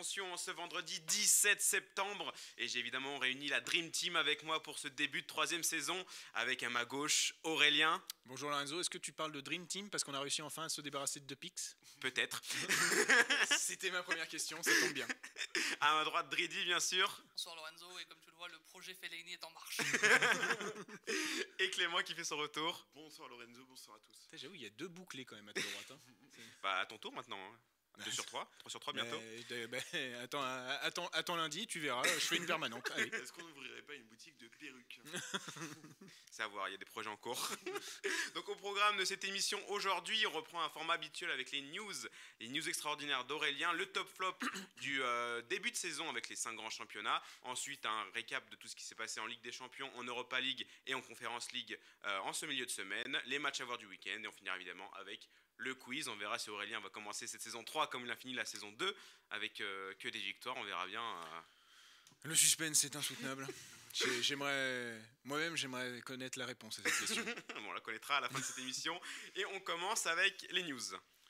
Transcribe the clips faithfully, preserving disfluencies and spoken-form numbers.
attention, ce vendredi dix-sept septembre. Et j'ai évidemment réuni la Dream Team avec moi pour ce début de troisième saison. Avec à ma gauche, Aurélien. Bonjour Lorenzo, est-ce que tu parles de Dream Team parce qu'on a réussi enfin à se débarrasser de deux Pix? Peut-être. C'était ma première question, ça tombe bien. À ma droite, Dridi, bien sûr. Bonsoir Lorenzo, et comme tu le vois, le projet Fellaini est en marche. Et Clément qui fait son retour. Bonsoir Lorenzo, bonsoir à tous. J'avoue, il y a deux bouclés quand même à ta droite. Hein. Bah, à ton tour maintenant. Hein. deux sur trois, trois sur trois bientôt. Mais, bah, attends, attends, attends lundi, tu verras, je fais une permanente. Allez. Est-ce qu'on n'ouvrirait pas une boutique de perruques? C'est à voir, il y a des projets en cours. Donc au programme de cette émission aujourd'hui, on reprend un format habituel avec les news, les news extraordinaires d'Aurélien, le top flop du euh, début de saison avec les cinq grands championnats. Ensuite, un récap de tout ce qui s'est passé en Ligue des Champions, en Europa League et en Conference League euh, en ce milieu de semaine. Les matchs à voir du week-end et on finira évidemment avec le quiz. On verra si Aurélien va commencer cette saison trois comme il a fini la saison deux avec euh, que des victoires. On verra bien. Euh... Le suspense est insoutenable. J'aimerais, moi-même, j'aimerais connaître la réponse à cette question. Bon, on la connaîtra à la fin de cette émission. Et on commence avec les news.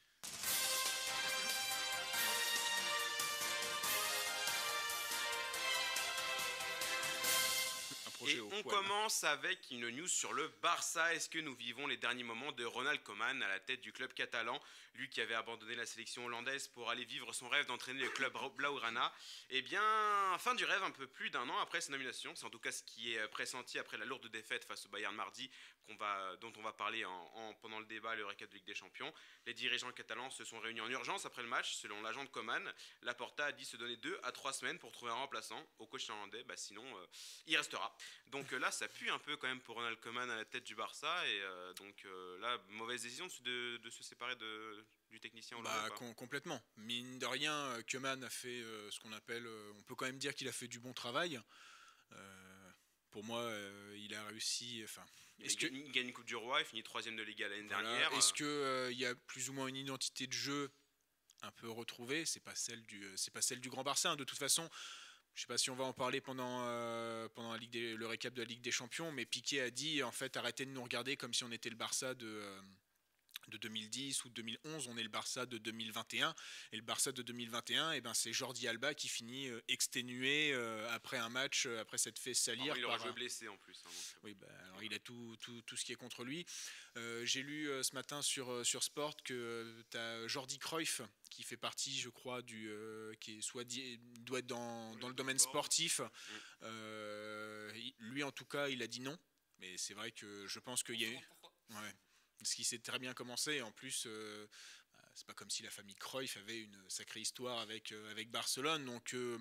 Et on commence avec une news sur le Barça. Est-ce que nous vivons les derniers moments de Ronald Koeman à la tête du club catalan, lui qui avait abandonné la sélection hollandaise pour aller vivre son rêve d'entraîner le club Blaugrana? Eh bien, fin du rêve un peu plus d'un an après sa nomination. C'est en tout cas ce qui est pressenti après la lourde défaite face au Bayern mardi, qu'on va, dont on va parler en, en, pendant le débat, le récap de Ligue des Champions. Les dirigeants catalans se sont réunis en urgence après le match. Selon l'agent de Koeman, Laporta a dit se donner deux à trois semaines pour trouver un remplaçant au coach hollandais. Bah, sinon, euh, il restera. Donc euh, là, ça pue un peu quand même pour Ronald Koeman à la tête du Barça. Et euh, donc euh, là, mauvaise décision de, de, de se séparer de, du technicien hollandais. Bah, com- complètement. Mine de rien, Koeman a fait euh, ce qu'on appelle, euh, on peut quand même dire qu'il a fait du bon travail. Euh, pour moi, euh, il a réussi. Enfin, est-ce il, que, il gagne une Coupe du Roi, il finit troisième de Liga l'année voilà, dernière. Est-ce qu'il euh, y a plus ou moins une identité de jeu un peu retrouvée? C'est pas celle du, c'est pas celle du Grand Barça. Hein. De toute façon, je ne sais pas si on va en parler pendant, euh, pendant la Ligue des, le récap de la Ligue des Champions, mais Piqué a dit en fait arrêtez de nous regarder comme si on était le Barça de. Euh, de deux mille dix ou deux mille onze, on est le Barça de deux mille vingt et un, et le Barça de deux mille vingt et un, et ben c'est Jordi Alba qui finit euh, exténué euh, après un match, euh, après s'être fait salir. Alors, il aura par joué blessé en plus. Hein, donc... Oui, bah, alors il a tout, tout, tout ce qui est contre lui. Euh, j'ai lu euh, ce matin sur, euh, sur Sport que euh, tu as Jordi Cruyff qui fait partie, je crois, du, euh, qui est soit di- doit être dans, dans le domaine sportif. Mmh. Euh, lui, en tout cas, il a dit non. Mais c'est vrai que je pense qu'il y a eu. Ouais. Ce qui s'est très bien commencé. En plus, euh, c'est pas comme si la famille Cruyff avait une sacrée histoire avec, euh, avec Barcelone. Donc, euh,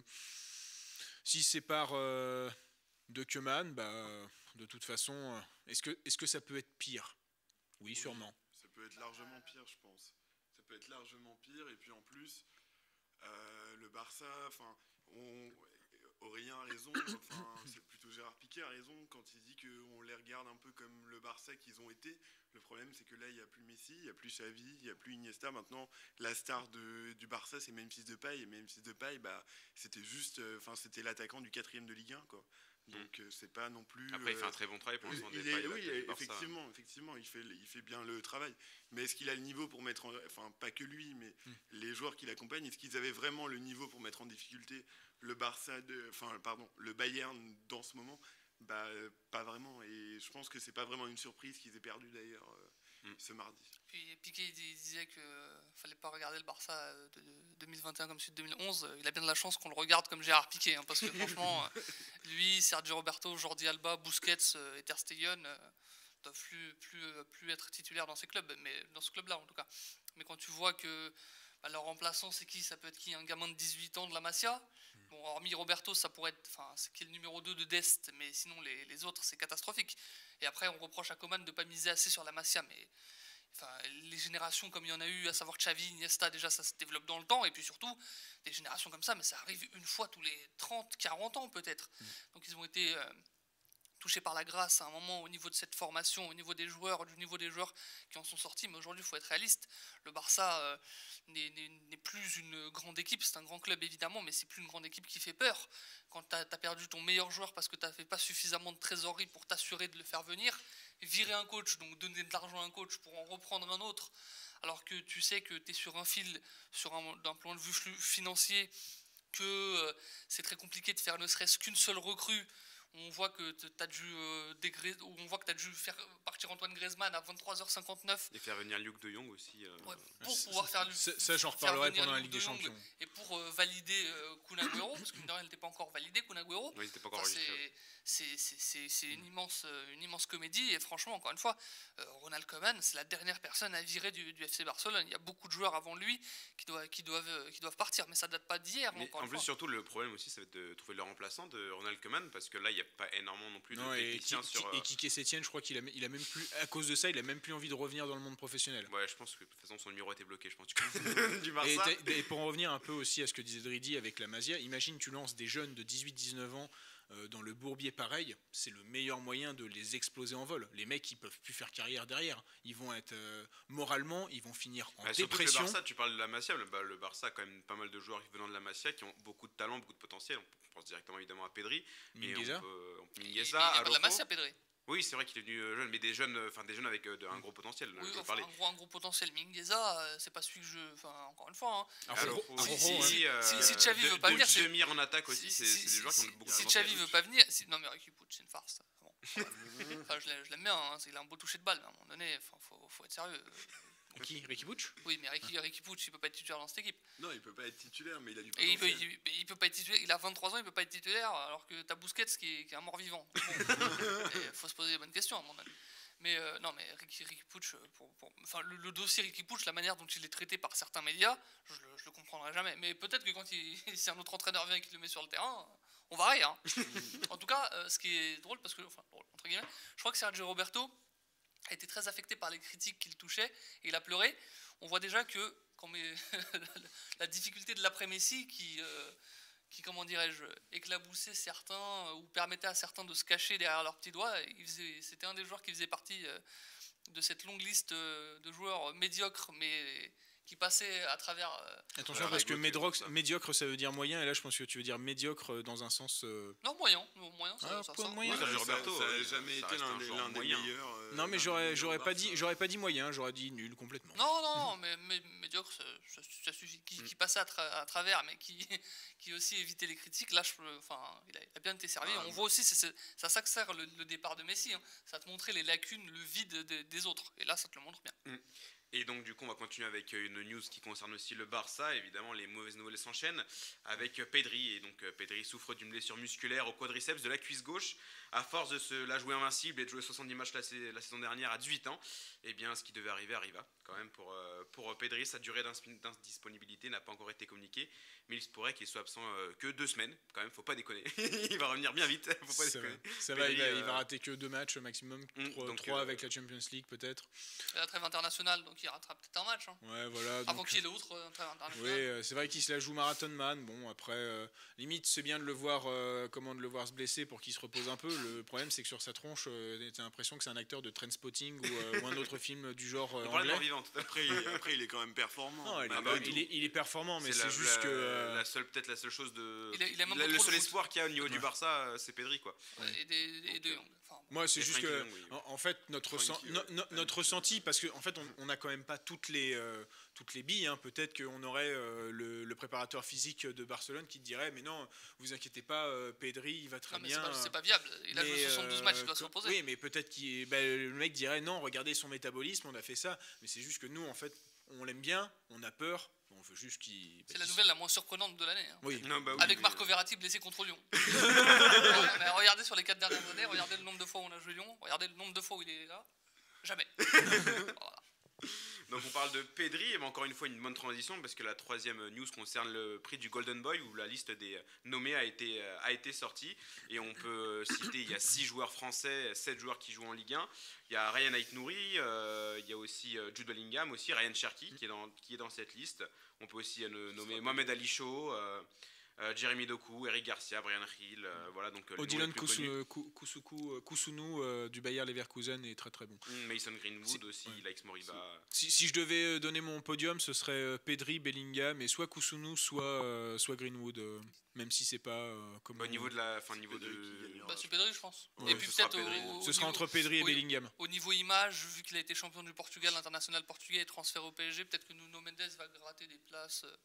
si c'est par euh, de Koeman, bah, de toute façon, est-ce que, est-ce que ça peut être pire? Oui, oui, sûrement. Ça peut être largement pire, je pense. Ça peut être largement pire. Et puis en plus, euh, le Barça, enfin, on... Aurélien a raison, enfin, c'est plutôt Gérard Piqué a raison quand il dit qu'on les regarde un peu comme le Barça qu'ils ont été. Le problème, c'est que là, il n'y a plus Messi, il n'y a plus Xavi, il n'y a plus Iniesta. Maintenant, la star de, du Barça, c'est Memphis Depay. Et Memphis Depay, bah, c'était juste, enfin, euh, c'était l'attaquant du quatrième de Ligue un, quoi. Donc, mmh. euh, c'est pas non plus. Après, il fait un très bon travail pour l'instant. Il est, oui, effectivement, effectivement, il fait, il fait bien le travail. Mais est-ce qu'il a le niveau pour mettre, en, enfin, pas que lui, mais mmh. les joueurs qui l'accompagnent, est-ce qu'ils avaient vraiment le niveau pour mettre en difficulté le Barça, de, enfin, pardon, le Bayern dans ce moment? Bah, pas vraiment. Et je pense que c'est pas vraiment une surprise qu'ils aient perdu d'ailleurs euh, mm. ce mardi. Puis Piqué il disait qu'il ne fallait pas regarder le Barça de deux mille vingt et un comme celui de deux mille onze. Il a bien de la chance qu'on le regarde comme Gérard Piqué, hein, parce que franchement, lui, Sergio Roberto, Jordi Alba, Busquets et Ter Stegen euh, doivent plus, plus, plus être titulaires dans ces clubs, mais dans ce club-là en tout cas. Mais quand tu vois que bah, leur remplaçant, c'est qui? Ça peut être qui? Un gamin de dix-huit ans de la Masia? Bon, hormis Roberto, ça pourrait être, enfin, c'est qui le numéro deux de Dest, mais sinon les, les autres, c'est catastrophique. Et après, on reproche à Koeman de ne pas miser assez sur la Masia, mais enfin, les générations comme il y en a eu, à savoir Xavi, Iniesta, déjà ça se développe dans le temps, et puis surtout, des générations comme ça, mais ça arrive une fois tous les trente, quarante ans peut-être. Mmh. Donc ils ont été euh, touchés par la grâce à un moment au niveau de cette formation, au niveau des joueurs, du niveau des joueurs qui en sont sortis, mais aujourd'hui il faut être réaliste. Le Barça euh, n'est, n'est, n'est plus une grande équipe, c'est un grand club évidemment, mais c'est plus une grande équipe qui fait peur. Quand tu as perdu ton meilleur joueur parce que tu n'avais pas suffisamment de trésorerie pour t'assurer de le faire venir, virer un coach, donc donner de l'argent à un coach pour en reprendre un autre, alors que tu sais que tu es sur un fil, sur un, d'un point de vue financier, que euh, c'est très compliqué de faire ne serait-ce qu'une seule recrue. On voit que tu as dû euh, dégré... on voit que tu as dû faire partir Antoine Griezmann à vingt-trois heures cinquante-neuf. Et faire venir Luke de Jong aussi. Euh... Ouais, pour pouvoir faire le. Ça, ça j'en reparlerai pendant la Ligue des Champions. Et pour euh, valider euh, Kun Agüero, parce que mine de rien, elle n'était pas encore validée, Kun Agüero. Oui, il n'était pas encore Enfin, enregistré. c'est, c'est, c'est, c'est une, immense, une immense comédie. Et franchement, encore une fois, euh, Ronald Koeman, c'est la dernière personne à virer du, du F C Barcelone. Il y a beaucoup de joueurs avant lui qui doivent, qui doivent, qui doivent partir, mais ça ne date pas d'hier. Mais encore en une plus, fois. surtout, le problème aussi, ça va être de trouver le remplaçant de Ronald Koeman, parce que là, il n'y a pas énormément non plus non, de et, techniciens qui, sur. Et Quique Sétienne, je crois qu'il a, il a même plus, à cause de ça, il a même plus envie de revenir dans le monde professionnel. Ouais, je pense que de toute façon, son numéro était bloqué, je pense, du, du Barça. Et, et pour en revenir un peu aussi à ce que disait Dridi avec la Masia, imagine tu lances des jeunes de dix-huit dix-neuf ans euh, dans le bourbier pareil, c'est le meilleur moyen de les exploser en vol. Les mecs, ils peuvent plus faire carrière derrière. Ils vont être euh, moralement, ils vont finir en bah, dépression. Le Barça, tu parles de la Masia, le, bah, le Barça a quand même pas mal de joueurs venant de la Masia qui ont beaucoup de talent, beaucoup de potentiel. On pense directement évidemment à Pedri, Mingueza, Mingueza, à la Masia, Pedri. Oui, c'est vrai qu'il est venu jeune, mais des jeunes, enfin des jeunes avec euh, un gros potentiel. Oui, enfin, un, gros, un gros potentiel. Mingueza, euh, c'est pas celui que je. Enfin, encore une fois. Hein. Alors, si, si, si, si, euh, si, si Xavi veut pas venir, c'est demi en attaque aussi. Si, c'est si, des joueurs si, qui ont beaucoup de si potentiel. Xavi veut pas venir, si, non mais Riqui Puig, c'est une farce. Bon, enfin, je l'aime bien. Hein, il a un beau toucher de balle, mais à un moment donné, il faut, faut être sérieux. Qui Riqui Puig? Oui, mais Riqui, Riqui Puig, il peut pas être titulaire dans cette équipe. Non, il peut pas être titulaire, mais il a du Et potentiel. il, peut, il, il peut pas être titulaire. Il a vingt-trois ans, il peut pas être titulaire, alors que t'as Busquets qui est, qui est un mort-vivant. Il faut se poser les bonnes questions, à mon avis. Mais euh, non, mais Riqui, Riqui Puig, pour, pour, enfin, le, le dossier Riqui Puig, la manière dont il est traité par certains médias, je le, je le comprendrai jamais. Mais peut-être que quand il, si un autre entraîneur vient et qu'il le met sur le terrain, on va rire. Hein. En tout cas, euh, ce qui est drôle, parce que, enfin, drôle, entre guillemets, je crois que Sergio Roberto a été très affecté par les critiques qu'il touchait et il a pleuré. On voit déjà que quand mes la difficulté de l'après-Messi qui, euh, qui, comment dirais-je, éclaboussait certains ou permettait à certains de se cacher derrière leurs petits doigts, c'était un des joueurs qui faisait partie euh, de cette longue liste de joueurs médiocres mais qui passaient à travers... Euh, Attention, parce que médrox, médiocre, ça veut dire moyen, et là je pense que tu veux dire médiocre dans un sens... Euh... Non, moyen, moyen, ça, ah, ça, ça, ça, moyen. Ouais, ça, Roberto, ça n'a jamais été l'un des, l'un des meilleurs... Euh, non, mais j'aurais, j'aurais, pas dit, j'aurais pas dit moyen, j'aurais dit nul complètement. Non, non, non, mais, mais médiocre, ça, ça, ça suffit. Qui, mm. qui passait à, tra à travers, mais qui, qui aussi évitait les critiques, là, je, enfin, il, a, il a bien été servi. Ah, On voit aussi, c'est à ça que sert le, le départ de Messi, hein. Ça te montrer les lacunes, le vide des, des autres, et là, ça te le montre bien. Mm. Et donc du coup on va continuer avec une news qui concerne aussi le Barça. Évidemment les mauvaises nouvelles s'enchaînent avec Pedri. Et donc Pedri souffre d'une blessure musculaire au quadriceps de la cuisse gauche. À force de se la jouer invincible et de jouer soixante-dix matchs la, la saison dernière à dix-huit ans, et eh bien ce qui devait arriver arriva quand même pour, pour Pedri. Sa durée d'indisponibilité n'a pas encore été communiquée, mais il se pourrait qu'il soit absent que deux semaines quand même, faut pas déconner. Il va revenir bien vite, faut pas ça déconner. Va. Ça Pedri, va, il va, euh... il va rater que deux matchs maximum, mmh, trois, donc, trois euh... avec la Champions League peut-être. La trêve internationale, donc il rattrape peut-être un match. Hein. Ouais, voilà. Avant donc... qu'il y ait l'autre euh, trêve internationale. Oui, euh, c'est vrai qu'il se la joue marathon man. Bon, après, euh, limite, c'est bien de le voir, euh, comment de le voir se blesser pour qu'il se repose un peu. Le problème, c'est que sur sa tronche, euh, t'as l'impression que c'est un acteur de Trainspotting ou, euh, ou un autre film du genre euh, anglais. Après, il, après, il est quand même performant. Non, il, bah, est, bah, il, est, il est performant, mais c'est juste la, que euh... la seule, peut-être la seule chose de, il a, il a la, le seul espoir qu'il y a au niveau ouais. du Barça, c'est Pedri, quoi. Ouais, et des, et de Jong. Enfin, moi, c'est juste que, Young, oui. en, en fait, notre, Frankie, no, no, notre ressenti, parce qu'en en fait, on n'a quand même pas toutes les, euh, toutes les billes. Hein. Peut-être qu'on aurait euh, le, le préparateur physique de Barcelone qui te dirait, mais non, vous inquiétez pas, euh, Pedri, il va très non, mais bien. C'est pas, pas viable. Il a mais, joué soixante-douze matchs, il doit que, se reposer. Oui, mais peut-être que ben, le mec dirait, non, regardez son métabolisme, on a fait ça. Mais c'est juste que nous, en fait, on l'aime bien, on a peur. On veut juste qu'il. C'est la nouvelle la moins surprenante de l'année. Hein. Oui. Non, bah oui, avec oui, Marco oui. Verratti blessé contre Lyon. ouais, mais regardez sur les quatre dernières années, regardez le nombre de fois où on a joué Lyon, regardez le nombre de fois où il est là. Jamais. Voilà. Donc on parle de Pedri, et encore une fois une bonne transition parce que la troisième news concerne le prix du Golden Boy où la liste des nommés a été, a été sortie et on peut citer, il y a six joueurs français, sept joueurs qui jouent en Ligue un, il y a Ryan Aït-Nouri, euh, il y a aussi Jude Bellingham, aussi Ryan Cherki qui est dans, qui est dans cette liste, on peut aussi euh, nommer Mohamed Ali Chaud, euh, Euh, Jérémy Doku, Eric Garcia, Brian Hill, euh, voilà donc. Odilon Kousounou euh, du Bayer Leverkusen est très très bon. Mm, Mason Greenwood si, aussi, ouais. Laix Moriba. Si, si je devais donner mon podium, ce serait Pedri, Bellingham, et soit Kousounou, soit euh, soit Greenwood, euh, même si c'est pas euh, comme. Au niveau de la, fin niveau de. Bah, c'est Pedri, je pense. Ouais, et puis ce peut-être sera, au, au ce sera niveau, entre Pedri et au, Bellingham. Au niveau image, vu qu'il a été champion du Portugal, international portugais, et transféré au P S G, peut-être que Nuno Mendes va gratter des places. Euh,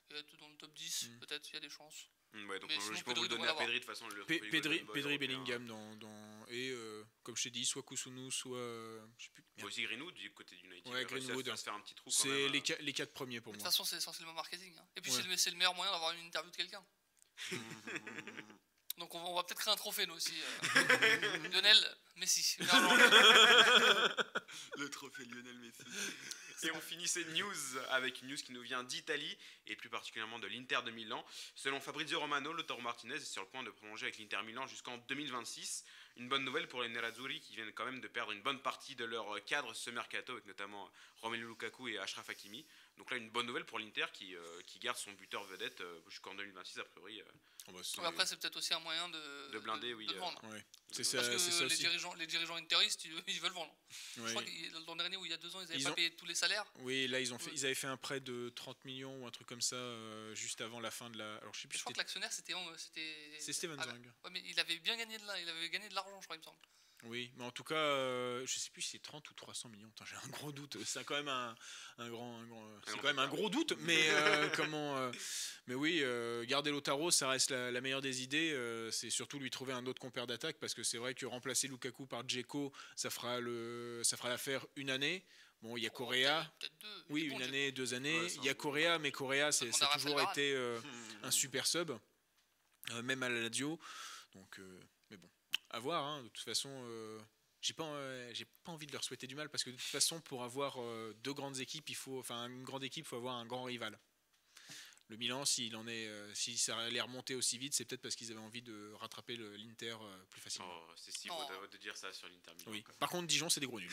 Et être dans le top dix, Mm. peut-être, il y a des chances. Ouais, donc Mais on- sinon, je peux Pedri vous le donner devrait à l'avoir. Pedri de toute façon. Le Pe- trophée Pedri, Golden Boy Pedri européen. Bellingham dans, dans- et euh, comme je t'ai dit, soit Kusunu, soit euh, je sais plus. Il y a aussi Greenwood du côté d'United. Ouais, Il a réussi à Greenwood. se faire un petit trou quand C'est même. les, euh. qua- les quatre premiers pour De toute moi. façon, c'est essentiellement marketing. hein. Et puis, Ouais. c'est le, c'est le meilleur moyen d'avoir une interview de quelqu'un. Donc, on va, on va peut-être créer un trophée, nous aussi. euh. Lionel Messi. Meilleur joueur. Le trophée Lionel Messi. Et on finit ces news avec une news qui nous vient d'Italie et plus particulièrement de l'Inter de Milan. Selon Fabrizio Romano, Lautaro Martinez est sur le point de prolonger avec l'Inter Milan jusqu'en deux mille vingt-six. Une bonne nouvelle pour les Nerazzurri qui viennent quand même de perdre une bonne partie de leur cadre ce mercato avec notamment Romelu Lukaku et Achraf Hakimi. Donc là une bonne nouvelle pour l'Inter qui, euh, qui garde son buteur vedette euh, jusqu'en deux mille vingt-six a priori. euh, Oh, bah, c'est- Ouais, après, c'est peut-être aussi un moyen de, De blinder, oui, de le euh, vendre. ouais. C'est ça, Parce que c'est ça les aussi. dirigeants, les dirigeants interistes, ils, ils veulent vendre. Je Ouais. crois que l'an dernier ou il y a deux ans, ils n'avaient Ils pas ont- payé tous les salaires. Oui, là ils ont fait, Ouais. ils avaient fait un prêt de trente millions ou un truc comme ça euh, juste avant la fin de la. Alors je sais plus. Je crois que c'était- l'actionnaire, c'était. en- c'était- C'est Steven ah, Zang. Ouais, mais il avait bien gagné de là, il avait gagné de l'argent, je crois, il me semble. Oui, mais en tout cas, euh, je sais plus si c'est trente ou trois cents millions. Putain, j'ai un gros doute. C'est quand même un, un grand, un grand- c'est grand quand même un écart. gros doute. Mais euh, comment euh, Mais oui, euh, garder Lautaro, ça reste la, la meilleure des idées. euh, c'est surtout lui trouver un autre compère d'attaque parce que c'est vrai que remplacer Lukaku par Dzeko, ça fera le, ça fera l'affaire une année. Bon, il y a Oh, Correa. peut-être- peut-être deux. Oui, Il est bon, une Dzeko. année, deux années. Ouais, c'est Il y a un bon Correa, mais Correa, c'est, demande ça à a Raphaël toujours Varane. été euh, Hmm. un super sub, euh, même à la Lazio. Donc, euh, mais bon, à voir. hein. De toute façon, euh, j'ai pas, euh, j'ai pas envie de leur souhaiter du mal parce que de toute façon, pour avoir euh, deux grandes équipes, il faut, enfin, une grande équipe, il faut avoir un grand rival. Le Milan, s'il en est, euh, si ça allait remonter aussi vite, c'est peut-être parce qu'ils avaient envie de rattraper le- l'Inter euh, plus facilement. Oh, c'est si Non. beau de, de dire ça sur l'Inter Milan. Oui. quand même. Par contre, Dijon, c'est des gros nuls.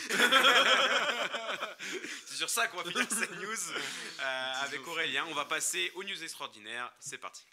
C'est sur ça qu'on va finir cette news euh, avec Aurélien. On va passer aux news extraordinaires. C'est parti.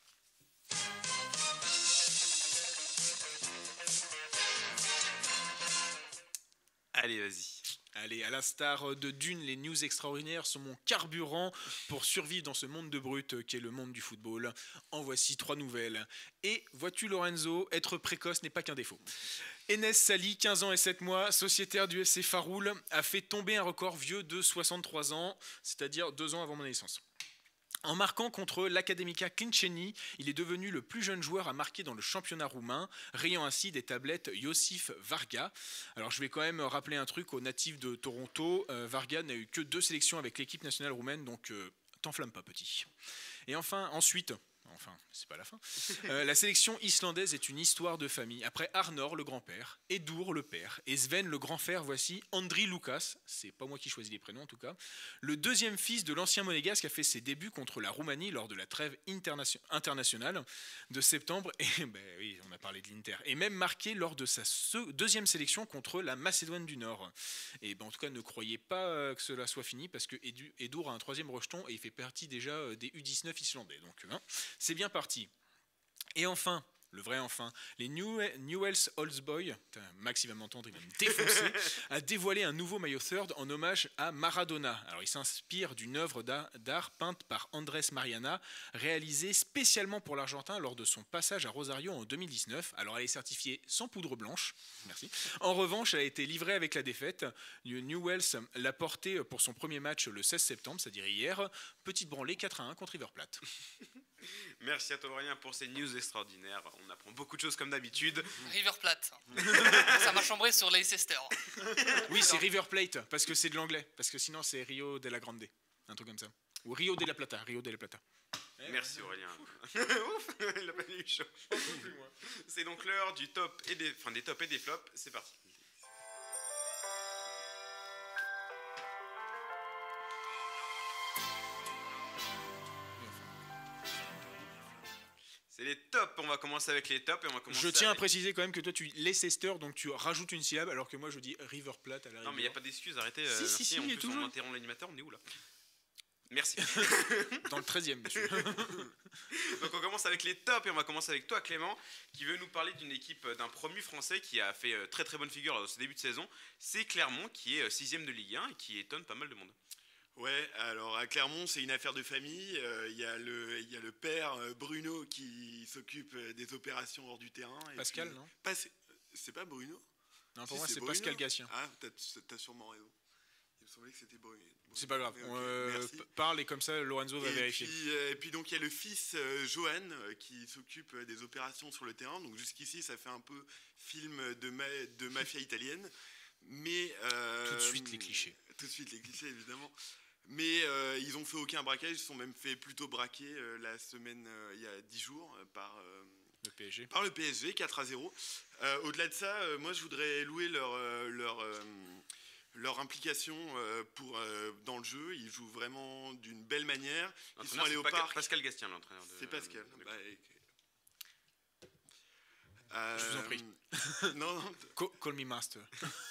Allez, vas-y. Allez, à l'instar de Dune, les news extraordinaires sont mon carburant pour survivre dans ce monde de brut qu'est le monde du football. En voici trois nouvelles. Et vois-tu Lorenzo, être précoce n'est pas qu'un défaut. Enes Sali, quinze ans et sept mois, sociétaire du F C Faroul, a fait tomber un record vieux de soixante-trois ans, c'est-à-dire deux ans avant mon naissance. En marquant contre l'Academica Clinceni, il est devenu le plus jeune joueur à marquer dans le championnat roumain, rayant ainsi des tablettes Iosif Varga. Alors je vais quand même rappeler un truc aux natifs de Toronto, euh, Varga n'a eu que deux sélections avec l'équipe nationale roumaine, donc euh, t'enflamme pas petit. Et enfin, ensuite... Enfin, c'est pas la fin. Euh, la sélection islandaise est une histoire de famille. Après Arnor, le grand-père, Edur, le père, et Sven, le grand-frère, voici Andri Lukas, c'est pas moi qui choisis les prénoms en tout cas, le deuxième fils de l'ancien monégasque a fait ses débuts contre la Roumanie lors de la trêve internation- internationale de septembre, et ben oui, on a parlé de l'Inter, et même marqué lors de sa se- deuxième sélection contre la Macédoine du Nord. Et ben, en tout cas, ne croyez pas euh, que cela soit fini, parce que Edu- Edur a un troisième rejeton, et il fait partie déjà euh, des U dix-neuf islandais. Donc, hein, c'est bien parti. Et enfin, le vrai enfin, les New Newell's Old Boys, putain, Max il va m'entendre, il va me défoncer, a dévoilé un nouveau maillot third en hommage à Maradona. Alors il s'inspire d'une œuvre d'art, d'art peinte par Andrés Mariana, réalisée spécialement pour l'Argentin lors de son passage à Rosario en deux mille dix-neuf. Alors elle est certifiée sans poudre blanche, merci. En revanche, elle a été livrée avec la défaite. Newell's l'a portée pour son premier match le seize septembre, c'est-à-dire hier. Petite branlée quatre à un contre River Plate. Merci à toi Aurélien pour ces news extraordinaires. On apprend beaucoup de choses comme d'habitude. River Plate. Ça m'a chambré sur Leicester. Oui, c'est River Plate, parce que c'est de l'anglais. Parce que sinon, c'est Rio de la Grande. Un truc comme ça. Ou Rio de la Plata. Rio de la Plata. Merci Aurélien. Ouf, il a pas eu chaud. C'est donc l'heure du top et des, enfin, des tops et des flops. C'est parti. C'est les tops. On va commencer avec les tops et on va commencer. Je tiens à avec- préciser quand même que toi, tu Leicester, donc tu rajoutes une syllabe, alors que moi, je dis River Plate à la Non mais il n'y a pas d'excuse. Arrêtez. Si, euh, si, merci. si, en il est plus, toujours. on interrompt l'animateur. On est où là? Merci. Dans le treizième, monsieur. Donc on commence avec les tops et on va commencer avec toi Clément qui veut nous parler d'une équipe euh, d'un promu français qui a fait euh, très très bonne figure lors de ce début de saison. C'est Clermont qui est sixième de Ligue un et qui étonne pas mal de monde. Ouais, alors à Clermont, c'est une affaire de famille. Il y, a le- y a le père euh, Bruno qui s'occupe euh, des opérations hors du terrain. et Pascal, puis- non Pas- c'est- C'est pas Bruno? Non, Si, pour moi, c'est Bruno. Pascal Gassien. Ah, t'as, t'as sûrement raison. Il me semblait que c'était Bruyne. C'est pas grave, Mais on ok, euh, merci. p- parle et comme ça Lorenzo va Et vérifier. puis, euh, et puis donc il y a le fils euh, Johan euh, qui s'occupe euh, des opérations sur le terrain. Donc jusqu'ici ça fait un peu film de, ma- de mafia italienne. Mais euh, Tout de suite les clichés. Tout de suite les clichés évidemment. Mais euh, ils ont fait aucun braquage, ils se sont même fait plutôt braquer euh, la semaine euh, il y a dix jours euh, par, euh, Le P S G. par le P S G quatre à zéro. Euh, au-delà de ça, euh, moi je voudrais louer leur, euh, leur, euh, leur implication euh, pour, euh, dans le jeu. Ils jouent vraiment d'une belle manière. Ils sont L'entraîneur, allés c'est au Pascal- parc. Pascal Gastien, l'entraîneur. de- C'est Pascal. de- Bah, euh, Je vous en prie. non, non, Co- Call me master.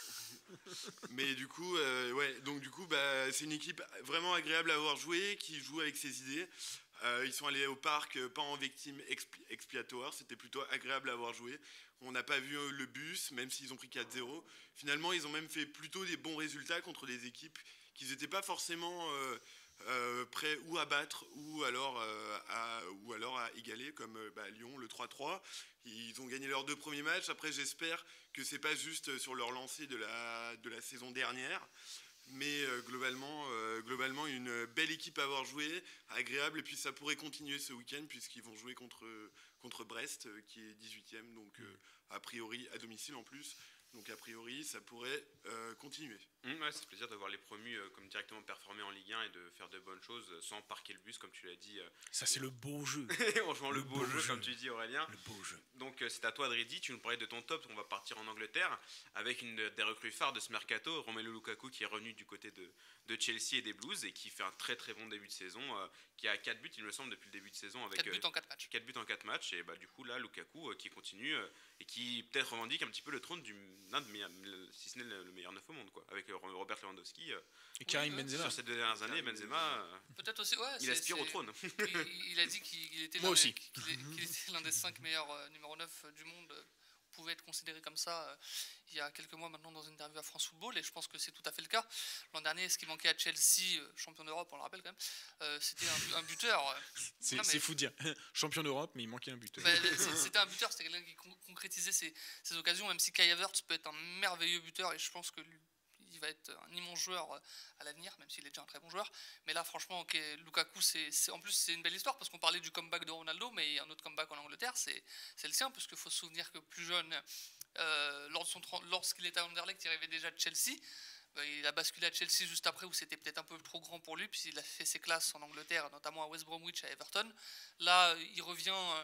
mais du coup, euh, ouais, donc du coup, bah, c'est une équipe vraiment agréable à avoir joué, qui joue avec ses idées. Euh, ils sont allés au parc, euh, pas en victime expli- expiatoire, c'était plutôt agréable à avoir joué. On n'a pas vu euh, le bus, même s'ils ont pris quatre zéro. Finalement, ils ont même fait plutôt des bons résultats contre des équipes qui n'étaient pas forcément euh, euh, prêts ou à battre ou alors, euh, à, ou alors à égaler, comme euh, bah, Lyon, le trois trois. Ils ont gagné leurs deux premiers matchs. Après, j'espère que c'est pas juste sur leur lancée de la, de la saison dernière. Mais euh, globalement, euh, globalement, une belle équipe à avoir joué, agréable. Et puis ça pourrait continuer ce week-end puisqu'ils vont jouer contre, contre Brest, euh, qui est dix-huitième. Donc euh, a priori à domicile en plus. Donc a priori, ça pourrait euh, continuer. Mmh, ouais, c'est plaisir de voir les promus euh, comme directement performer en Ligue un et de faire de bonnes choses euh, sans parquer le bus, comme tu l'as dit. euh, Ça c'est le beau jeu. en jouant le, Le beau beau jeu, jeu. comme tu dis, Aurélien. Le beau jeu. Donc euh, c'est à toi, Dridi. Tu nous parlais de ton top. On va partir en Angleterre avec une des recrues phares de ce mercato, Romelu Lukaku, qui est revenu du côté de, de Chelsea et des Blues et qui fait un très très bon début de saison, euh, qui a quatre buts, il me semble, depuis le début de saison avec quatre buts en quatre matchs. quatre buts en quatre matchs. Et bah du coup là, Lukaku euh, qui continue euh, et qui peut-être revendique un petit peu le trône du l'un de meilleurs, si ce n'est le, le meilleur neuf au monde, quoi, avec euh, Robert Lewandowski. euh, Et Karim ouais, Benzema. sur ces deux dernières années, Karim Benzema, euh, Peut-être aussi, ouais. il c'est- aspire au c'est- trône. il, il a dit qu'il il était Moi l'un aussi. des, qu'il est- qu'il était l'un des cinq meilleurs euh, numéro neuf du monde. euh, pouvait être considéré comme ça euh, il y a quelques mois maintenant dans une interview à France Football, et je pense que c'est tout à fait le cas. L'an dernier, ce qui manquait à Chelsea, euh, champion d'Europe, on le rappelle quand même, euh, c'était un, bu- un buteur. euh, C'est Non, mais- c'est fou de dire. Champion d'Europe, mais il manquait un but. bah, c'est- c'était un buteur, c'était quelqu'un qui con- concrétisait ses, ses occasions, même si Kai Havertz peut être un merveilleux buteur, et je pense que lui, il va être un immense joueur euh, à l'avenir, même s'il est déjà un très bon joueur. Mais là, franchement, ok, Lukaku, c'est, c'est- en plus, c'est une belle histoire, parce qu'on parlait du comeback de Ronaldo, mais il y a un autre comeback en Angleterre, c'est, c'est le sien, parce qu'il faut se souvenir que plus jeune, euh, lors de son tren- lorsqu'il était à Anderlecht, il arrivait déjà de Chelsea. Euh, Il a basculé à Chelsea juste après, où c'était peut-être un peu trop grand pour lui, puisqu'il a fait ses classes en Angleterre, notamment à West Bromwich, à Everton. Là, il revient euh,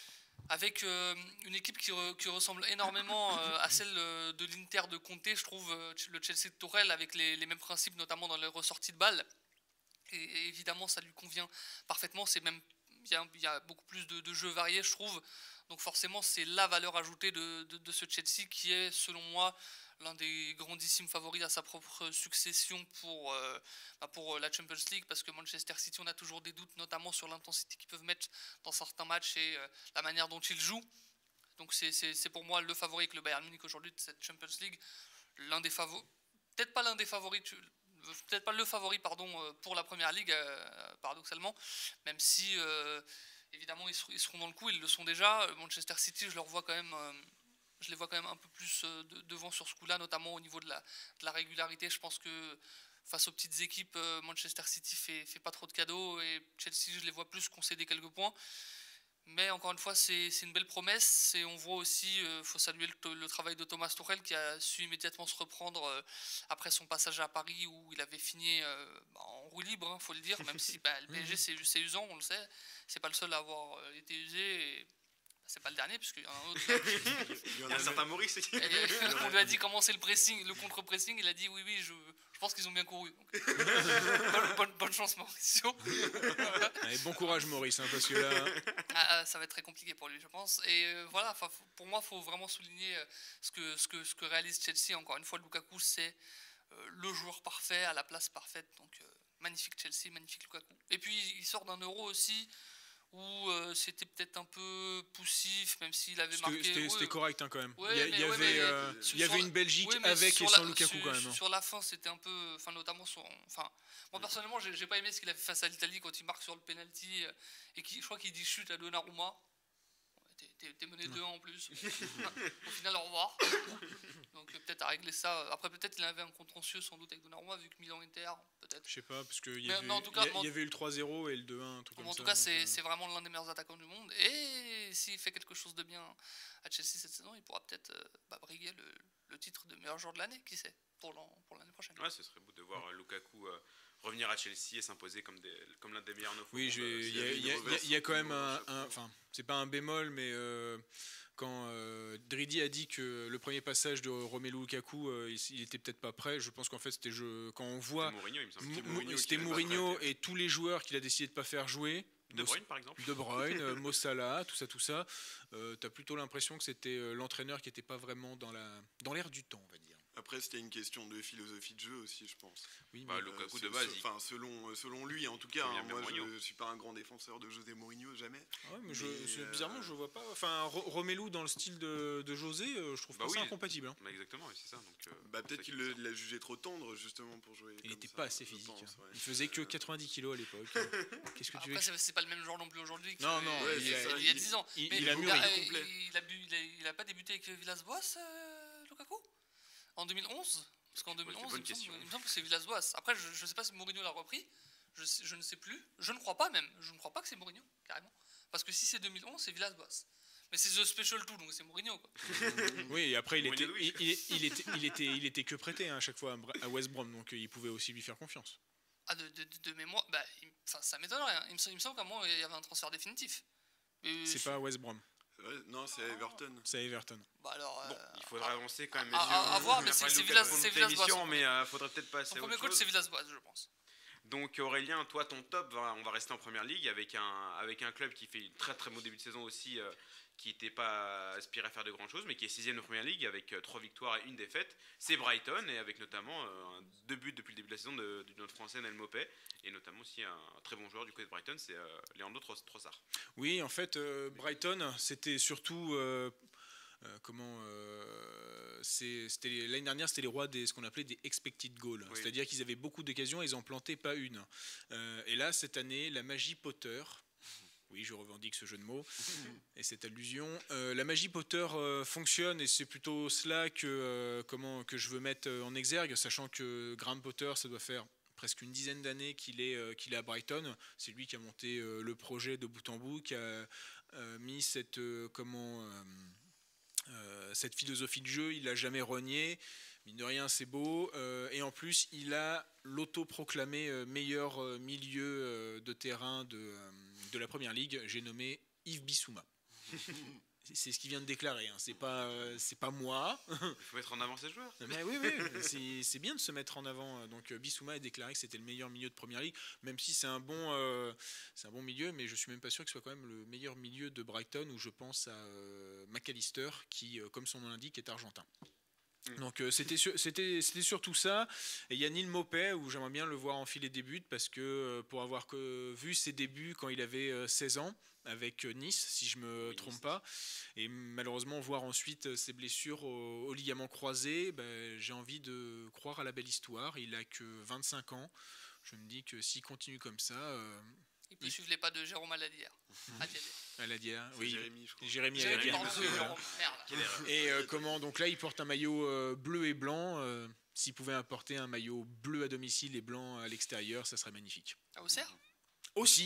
avec euh, une équipe qui, re- qui ressemble énormément euh, à celle euh, de l'Inter de Conte, je trouve, euh, le Chelsea de Tourelle, avec les, les mêmes principes, notamment dans les ressorties de balles. Et, et évidemment, ça lui convient parfaitement. C'est même, il y a, il y a beaucoup plus de, de jeux variés, je trouve. Donc forcément, c'est la valeur ajoutée de, de, de ce Chelsea qui est, selon moi, l'un des grandissimes favoris à sa propre succession pour, euh, bah, pour la Champions League, parce que Manchester City, on a toujours des doutes, notamment sur l'intensité qu'ils peuvent mettre dans certains matchs et euh, la manière dont ils jouent. Donc c'est, c'est, c'est pour moi le favori avec le Bayern Munich aujourd'hui de cette Champions League. L'un des favoris, peut-être pas l'un des favoris, tu- peut-être pas le favori, pardon, euh, pour la Première Ligue, euh, paradoxalement, même si euh, évidemment ils, ser- ils seront dans le coup, ils le sont déjà. Manchester City, je leur vois quand même. euh, je les vois quand même un peu plus euh, de- devant sur ce coup-là, notamment au niveau de la, de la régularité. Je pense que face aux petites équipes, euh, Manchester City fait, fait pas trop de cadeaux, et Chelsea, je les vois plus concéder quelques points. Mais encore une fois, c'est c'est une belle promesse, et on voit aussi, il faut saluer le, le travail de Thomas Tuchel, qui a su immédiatement se reprendre euh, après son passage à Paris, où il avait fini euh, en roue libre, il faut le dire, même si bah, le P S G c'est c'est usant, on le sait, c'est pas le seul à avoir euh, été usé, et c'est pas le dernier, puisqu'il y en a un autre. là, Il y en Il y a un a certain Maurice qui... et on lui a dit comment c'est le pressing, le contre-pressing, il a dit oui, oui, je, je pense qu'ils ont bien couru. Donc, bonne, bonne- bonne chance, Mauricio. Allez, bon courage Maurice, hein, parce que là, Ah, ah, ça va être très compliqué pour lui, je pense. Et euh, voilà, 'fin, faut- pour moi, il faut vraiment souligner euh, ce que, ce, que, ce que réalise Chelsea. Encore une fois, Lukaku, c'est euh, le joueur parfait, à la place parfaite. Donc, euh, magnifique Chelsea, magnifique Lukaku. Et puis, il sort d'un euro aussi, où euh, c'était peut-être un peu poussif, même s'il avait c'était marqué. c'était- oui, c'était correct hein, quand même. Ouais, il y, a- mais- il y ouais, avait, mais- euh, sur- il y avait sur- une Belgique oui, mais avec sur et la- sans Lukaku sur, quand même. hein. Sur la fin, c'était un peu, enfin notamment son, enfin, moi personnellement, j'ai j'ai pas aimé ce qu'il a fait face à l'Italie quand il marque sur le penalty euh, et qui, je crois qu'il dit chute à Donnarumma. t'es, t'es, t'es mené deux un en plus. Au final, au revoir. Donc euh, peut-être à régler ça. Après, peut-être il avait un contentieux sans doute avec Donnarumma, vu que Milan-Inter, peut-être. Je sais pas, parce qu'il y, Mais, avait- mais en tout cas, il y a- moi- il y avait eu le trois zéro et le deux un, un truc Bon, comme en tout ça. cas, donc, c'est, euh, c'est vraiment l'un des meilleurs attaquants du monde. Et s'il fait quelque chose de bien à Chelsea cette saison, il pourra peut-être euh, bah, briguer le, le titre de meilleur joueur de l'année, qui sait, pour, l'an, pour l'année prochaine. Ouais, ce serait beau de voir euh, Lukaku euh, revenir à Chelsea et s'imposer comme, des, comme l'un des meilleurs neufs au Oui, monde, j'ai- euh, il s'il y, a- avait il une y a- reverse. il y a quand même un, chapeau. un- enfin, c'est pas un bémol, mais euh, quand euh, Dridi a dit que le premier passage de Romelu Lukaku, euh, il, il était peut-être pas prêt. Je pense qu'en fait, c'était je, quand on voit, C'était Mourinho, il me semble. Mou- C'était Mou- Mourinho qui c'était l'avait pas Mourinho prêté. et tous les joueurs qu'il a décidé de pas faire jouer. De Mos- Bruyne, par exemple. De Bruyne, euh, Mo Salah, tout ça, tout ça. Euh, T'as plutôt l'impression que c'était euh, l'entraîneur qui était pas vraiment dans la, dans l'air du temps, on va dire. Après, c'était une question de philosophie de jeu aussi, je pense. Oui, Bah, mais- Lukaku, Euh, de se- base, se- il- enfin, selon, euh, selon lui, en tout cas, convient hein, bien moi Mourinho. je suis pas un grand défenseur de José Mourinho, jamais. Ouais, mais je, Mais, c'est- euh, bizarrement, je vois pas. Enfin, Ro- Romelu dans le style de, de José, euh, je trouve Bah pas oui. ça incompatible. hein. Bah, exactement, oui, c'est ça. Donc, euh, Bah, pour peut-être ça qu'il qu'il le- sort. l'a jugé trop tendre justement pour jouer. Il comme n'était ça, pas assez je physique. pense, hein. ouais. Il faisait que Euh, quatre-vingt-dix kilos à l'époque. Qu'est-ce que tu veux Après, que- c'est, c'est pas le même joueur non plus aujourd'hui qu'il Non, avait- non, Ouais, il, c'est y a- ça, il y a il- dix ans. il- Mais il a le mûri. gars, complet. il, il a bu, il, a, il a pas débuté avec Villas-Boas, euh, Lukaku, en deux mille onze. Parce qu'en deux mille onze, bonne il, me question. semble, il me semble que c'est Villas-Boas. Après, je ne sais pas si Mourinho l'a repris. Je, sais- je ne sais plus. Je ne crois pas même. Je ne crois pas que c'est Mourinho, carrément. Parce que si c'est deux mille onze, c'est Villas-Boas. Mais c'est The Special Two, donc c'est Mourinho, quoi. Oui, et après, il était, Mourinho, il, oui. il- il était, il, était, il était que prêté hein, à chaque fois à Bra- à West Brom, donc euh, il pouvait aussi lui faire confiance. Ah, de, de, de- de mémoire, bah, il- enfin, ça m'étonnerait. hein. Il me, sem- il me semble qu'à un moment, il y avait un transfert définitif. Mais C'est je- pas à West Brom, Ouais, non, c'est Everton. c'est à Everton. Bah alors. Bon, euh, il faudra avancer quand même, à- messieurs. à- à voir, mais On a c'est- parlé c'est de Villas- Lukaku c'est dans notre Villas-Boas, émission, en mais euh, faudrait peut-être passer En à premier autre coach, chose. c'est Villas-Boas, je pense. Donc Aurélien, toi ton top, va- on va rester en première ligue avec un, avec un club qui fait une très très bon début de saison aussi, euh, qui n'était pas aspiré à faire de grandes choses, mais qui est sixième de première ligue avec euh, trois victoires et une défaite. C'est Brighton, et avec notamment euh, un deux buts depuis le début de la saison de, du notre français Nel Mopé, et notamment aussi un, très bon joueur du côté de Brighton, c'est euh, Leandro Tros- Trossard. Oui, en fait, euh, Brighton, c'était surtout. euh, euh, comment. euh, c'est- c'était les- L'année dernière, c'était les rois des ce qu'on appelait des expected goals. Oui. C'est-à-dire qu'ils avaient beaucoup d'occasions et ils en plantaient pas une. Euh, et là, cette année, la magie Potter. Oui, je revendique ce jeu de mots et cette allusion. Euh, la magie Potter euh, fonctionne et c'est plutôt cela que, euh, comment, que je veux mettre euh, en exergue, sachant que Graham Potter, ça doit faire presque une dizaine d'années qu'il est, euh, qu'il est à Brighton. C'est lui qui a monté euh, le projet de bout en bout, qui a euh, mis cette, euh, comment, euh, euh, cette philosophie de jeu, il l'a jamais renié. Mine de rien, c'est beau. Euh, et en plus, il a l'autoproclamé euh, meilleur euh, milieu euh, de terrain de, euh, de la Première Ligue. J'ai nommé Yves Bissouma. C'est- C'est ce qu'il vient de déclarer. Hein. C'est pas, euh, c'est pas moi. Il faut mettre en avant ces joueurs. Mais oui, oui, c'est- c'est bien de se mettre en avant. Donc euh, Bissouma a déclaré que c'était le meilleur milieu de Première Ligue, même si c'est un bon, euh, c'est un bon milieu, mais je suis même pas sûr que ce soit quand même le meilleur milieu de Brighton, où je pense à euh, McAllister, qui, euh, comme son nom l'indique, est argentin. Mm. Donc euh, c'était sur- c'était c'était surtout ça. Et il y a Neil Maupay où j'aimerais bien le voir enfiler des buts parce que euh, pour avoir que, vu ses débuts quand il avait euh, seize ans avec euh, Nice, si je me Oui, trompe Nice. pas, et malheureusement voir ensuite euh, ses blessures au, au ligament croisé, ben, j'ai envie de croire à la belle histoire. Il a que vingt-cinq ans. Je me dis que s'il continue comme ça, euh, Il peut Il- suivre les pas de Jérôme Aladier. Adiadier. à la Dia, C'est oui, Jérémy, je crois. Jérémy Jérémy, Aladier. pardon, Jérémy, Jérôme. Merde. Quelle erreur. Et euh, comment donc là il porte un maillot euh, bleu et blanc. euh, S'il pouvait apporter un maillot bleu à domicile et blanc à l'extérieur, ça serait magnifique. À Auxerre Aussi,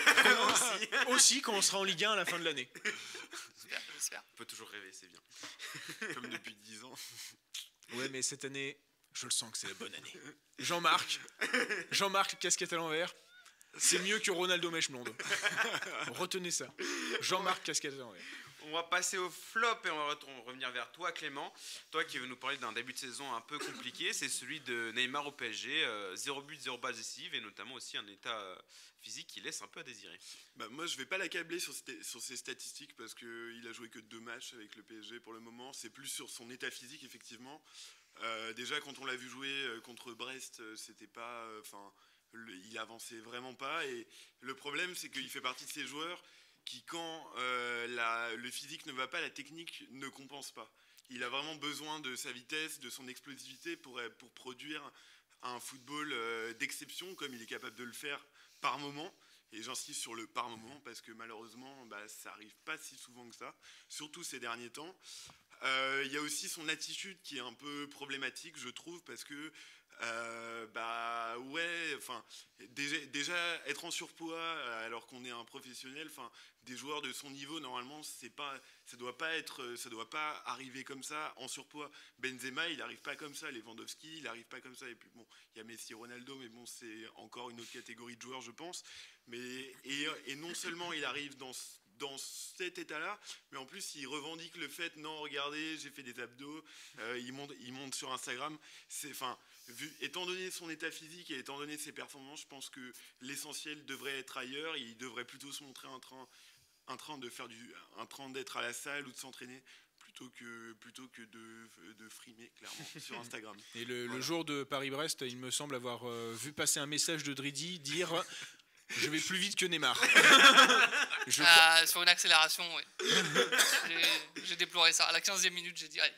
Aussi. aussi quand on sera en Ligue un à la fin de l'année. J'espère, j'espère. On peut toujours rêver, c'est bien. Comme depuis dix ans. Ouais, mais cette année, je le sens que c'est la bonne année. Jean-Marc, Jean-Marc casquette à l'envers, c'est mieux que Ronaldo mèche blonde. Retenez ça. Jean-Marc casquette à l'envers. On va passer au flop et on va retourner- revenir vers toi, Clément. Toi qui veux nous parler d'un début de saison un peu compliqué, c'est celui de Neymar au P S G. euh, zéro but, zéro passe décisive et notamment aussi un état euh, physique qui laisse un peu à désirer. Bah, moi, je vais pas l'accabler sur, sta- sur ses statistiques parce qu'il a joué que deux matchs avec le P S G pour le moment. C'est plus sur son état physique, effectivement. Euh, déjà, quand on l'a vu jouer euh, contre Brest, euh, c'était pas. Enfin, il avançait vraiment pas. Et le problème, c'est qu'il fait partie de ces joueurs qui, quand euh, la- le physique ne va pas, la technique ne compense pas. Il a vraiment besoin de sa vitesse, de son explosivité pour, euh, pour produire un football euh, d'exception, comme il est capable de le faire par moment. Et j'insiste sur le par moment parce que malheureusement, bah, ça n'arrive pas si souvent que ça, surtout ces derniers temps. Euh, Il y a aussi son attitude qui est un peu problématique, je trouve, parce que euh, bah ouais, enfin déjà, déjà être en surpoids alors qu'on est un professionnel, enfin des joueurs de son niveau normalement c'est pas, ça doit pas être, ça doit pas arriver comme ça en surpoids. Benzema il arrive pas comme ça, Lewandowski il arrive pas comme ça et puis bon il y a Messi, Ronaldo mais bon c'est encore une autre catégorie de joueurs je pense. Mais et, et non seulement il arrive dans dans cet état-là, mais en plus il revendique le fait non regardez j'ai fait des abdos, euh, il monte il monte sur Instagram, c'est enfin vu, étant donné son état physique et étant donné ses performances, je pense que l'essentiel devrait être ailleurs. Il devrait plutôt se montrer en train, en train de faire du, en train d'être à la salle ou de s'entraîner, plutôt que, plutôt que de, de frimer clairement sur Instagram. Et le, voilà. le jour de Paris-Brest, il me semble avoir euh, vu passer un message de Dridi dire je vais plus vite que Neymar. Je ah, crois... Sur une accélération, oui. j'ai, j'ai déploré ça. À la quinzième minute, j'ai dit allez.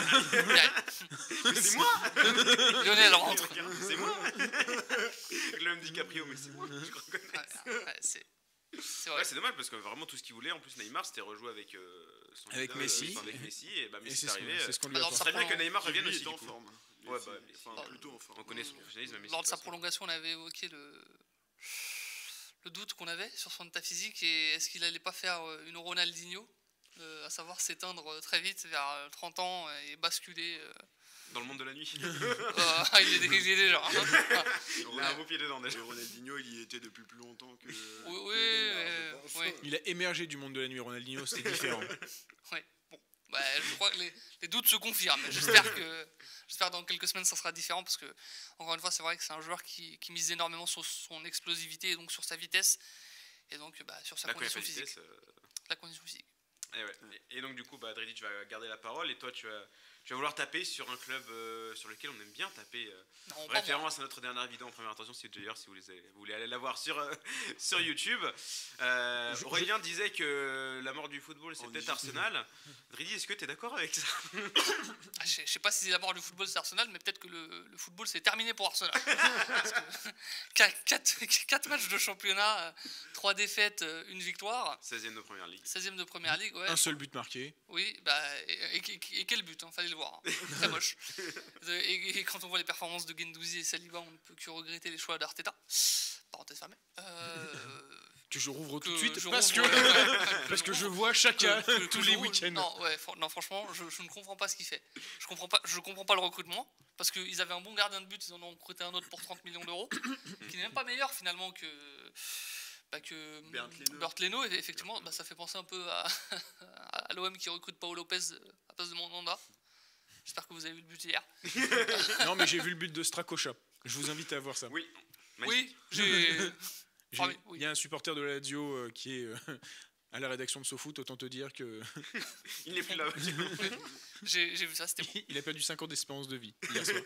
Mais c'est moi. Lionel rentre. C'est moi. L'homme DiCaprio, mais c'est moi. Je crois ouais, ouais, c'est... C'est, ouais, c'est dommage parce que vraiment tout ce qu'il voulait en plus Neymar c'était rejouer avec euh, son avec idole, Messi euh, avec Messi et bah Messi et c'est, est arrivé c'est ce qu'on lui alors, a ça serait bien que Neymar revienne aussi en forme ouais, bah, enfin, plutôt en forme on connaît son professionnalisme Messi, lors de sa prolongation on avait évoqué le le doute qu'on avait sur son état physique et est-ce qu'il allait pas faire une Ronaldinho euh, à savoir s'éteindre très vite vers trente ans et basculer euh, dans le monde de la nuit. euh, il est dégagé déjà. Il a un beau pied dedans déjà. Et Ronaldinho, il y était depuis plus longtemps que. Oui, que oui, Neymar, euh, oui. Il a émergé du monde de la nuit, Ronaldinho, c'était différent. Oui, bon. Bah, je crois que les, les doutes se confirment. J'espère que, j'espère que dans quelques semaines, ça sera différent parce que, encore une fois, c'est vrai que c'est un joueur qui, qui mise énormément sur son explosivité et donc sur sa vitesse et donc bah, sur sa la condition physique. Vitesse, euh... La condition physique. Et, ouais. et, et donc, du coup, bah, Dridi, tu vas garder la parole et toi, tu vas. Tu vas vouloir taper sur un club euh, sur lequel on aime bien taper. Euh, non, référence à notre dernière vidéo en première intention, c'est d'ailleurs si vous, les avez, vous voulez aller la voir sur, euh, sur YouTube. Euh, je, Aurélien je... disait que la mort du football, c'est on peut-être Arsenal. Dridi, est-ce que tu es d'accord avec ça? ah, Je ne sais pas si c'est la mort du football, c'est Arsenal, mais peut-être que le, le football, c'est terminé pour Arsenal. quatre matchs de championnat, trois défaites, une victoire. seizième de première ligue. seizième de première ligue, ouais. Un seul but marqué. Oui, bah, et, et, et quel but, hein, fallait le voir. Hein. Très moche. Et, et quand on voit les performances de Guendouzi et Saliba, on ne peut que regretter les choix d'Arteta. Parenthèse fermée. Euh, que je rouvre tout de suite parce, rouvre, que, ouais, parce que je vois chacun que, que, tous que les rouvre, week-ends. Non, ouais, non franchement, je, je ne comprends pas ce qu'il fait. Je comprends pas, je comprends pas le recrutement parce qu'ils avaient un bon gardien de but, ils en ont recruté un autre pour trente millions d'euros, qui n'est même pas meilleur finalement que. Bah que Bert Leno, effectivement, bah ça fait penser un peu à, à l'O M qui recrute Paolo Lopez à place de Mandanda. J'espère que vous avez vu le but hier. Non, mais j'ai vu le but de Strakosha. Je vous invite à voir ça. Oui, oui j'ai... j'ai... Ah, oui. Il y a un supporter de la Lazio euh, qui est euh, à la rédaction de SoFoot, autant te dire que... Il n'est plus là. j'ai, j'ai vu ça, c'était bon. Il a perdu cinq ans d'espérance de vie hier soir.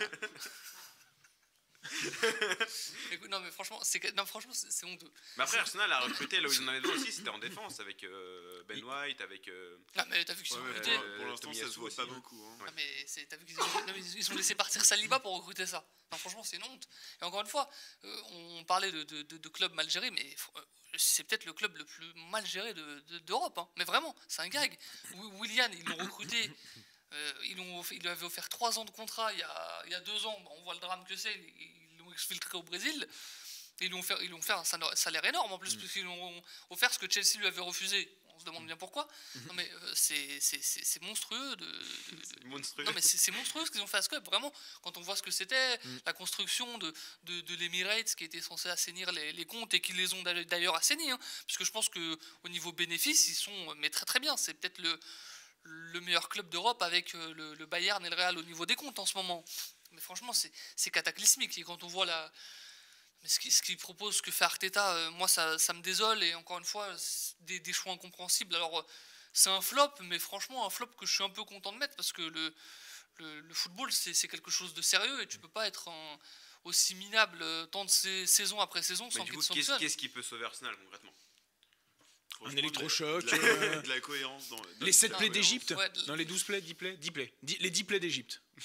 Écoute, non mais franchement c'est, non, franchement, c'est, c'est honteux. Mais après Arsenal a recruté là où ils en avaient besoin aussi, c'était en défense avec euh, Ben White, avec. Euh... Ah mais t'as vu qu'ils ouais, ont recruté. Pour, pour l'instant ça se voit pas beaucoup. Hein. Ah, mais c'est, t'as vu qu'ils ont, non, mais ils ont laissé partir Saliba pour recruter ça. Non franchement c'est une honte. Et encore une fois, euh, on parlait de, de, de, de club mal géré, mais euh, c'est peut-être le club le plus mal géré de, de, d'Europe. Hein. Mais vraiment, c'est un gag. Willian ils l'ont recruté. Euh, ils, l'ont, ils lui avaient offert trois ans de contrat il y a, il y a deux ans. Bon, on voit le drame que c'est. Ils l'ont exfiltré au Brésil. Ils lui ont fait, ils lui ont fait un salaire énorme en plus, mmh. puisqu'ils lui ont offert ce que Chelsea lui avait refusé. On se demande bien pourquoi. Mmh. Non mais euh, c'est, c'est, c'est, c'est monstrueux. De, de, de... C'est monstrueux. Non mais c'est, c'est monstrueux ce qu'ils ont fait à ce club. Vraiment, quand on voit ce que c'était, mmh. la construction de, de, de l'Emirates qui était censé assainir les, les comptes et qui les ont d'ailleurs assainis. Hein, puisque je pense qu'au niveau bénéfice, ils sont mais très très bien. C'est peut-être le le meilleur club d'Europe avec le, le Bayern et le Real au niveau des comptes en ce moment. Mais franchement, c'est, c'est cataclysmique. Et quand on voit la, mais ce qu'il ce qui propose, ce que fait Arteta, euh, moi, ça, ça me désole. Et encore une fois, des, des choix incompréhensibles. Alors, euh, c'est un flop, mais franchement, un flop que je suis un peu content de mettre parce que le, le, le football, c'est, c'est quelque chose de sérieux et tu peux pas être un, aussi minable euh, tant de sais, saison après saison sans qu'il te sanctionne. Qu'est-ce, qu'est-ce qui peut sauver Arsenal concrètement? Un électrochoc, de la, euh, de la cohérence dans, dans les sept plaies d'Égypte, ouais, dans les douze plaies, dix plaies, dix plaies, les dix plaies d'Égypte.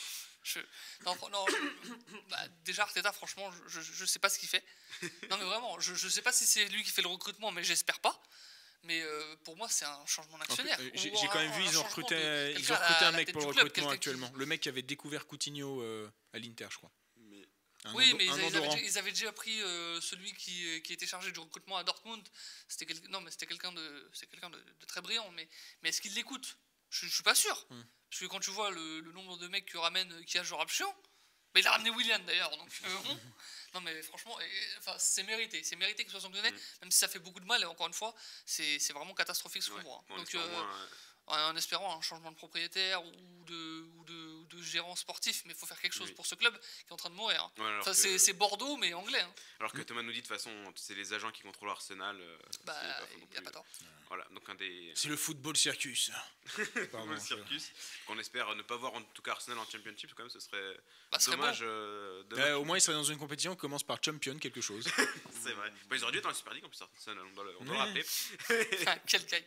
Je, non, non, bah, déjà Arteta, franchement, je, je, je sais pas ce qu'il fait. Non mais vraiment, je, je sais pas si c'est lui qui fait le recrutement, mais j'espère pas. Mais euh, pour moi, c'est un changement d'actionnaire. Euh, J'ai j'ai quand même vu, ils ont recruté, de, ils ont recruté un mec pour le recrutement club, actuellement. Qui... Le mec qui avait découvert Coutinho euh, à l'Inter, je crois. Mais... Un oui, mais ils, ils, avaient déjà, ils avaient déjà pris euh, celui qui, qui était chargé du recrutement à Dortmund. C'était quel... non, mais c'était quelqu'un de, c'est quelqu'un de, de très brillant. Mais, mais est-ce qu'il l'écoute? Je, je suis pas sûr. Hmm. Parce que quand tu vois le, le nombre de mecs que ramène qui a joueur chiant, mais il a ramené Willian d'ailleurs. Donc euh, bon. Non mais franchement, et, enfin, c'est mérité, c'est mérité qu'il soit sanctionné, mmh. même si ça fait beaucoup de mal, et encore une fois, c'est vraiment catastrophique ce qu'on ouais, voit. Hein. Donc, euh, moins, euh... en espérant un changement de propriétaire ou de, ou de, ou de gérant sportif, mais il faut faire quelque chose oui. pour ce club qui est en train de mourir. Hein. Ouais, enfin, que... C'est Bordeaux, mais anglais. Hein. Alors que Thomas nous dit de toute façon, c'est les agents qui contrôlent Arsenal. Euh, bah, il n'y a pas tort. Voilà, donc un des... C'est le football circus. Pardon, le circus. Qu'on espère ne pas voir en tout cas Arsenal en Championship, quand même, ce serait, bah, dommage. Bon. Euh, dommage. Euh, au moins, il serait dans une compétition qui commence par champion quelque chose. C'est vrai. Bah, ils auraient dû être dans la Super League en plus, Arsenal, on doit le, on doit ouais. le rappeler. Ah, quel caille.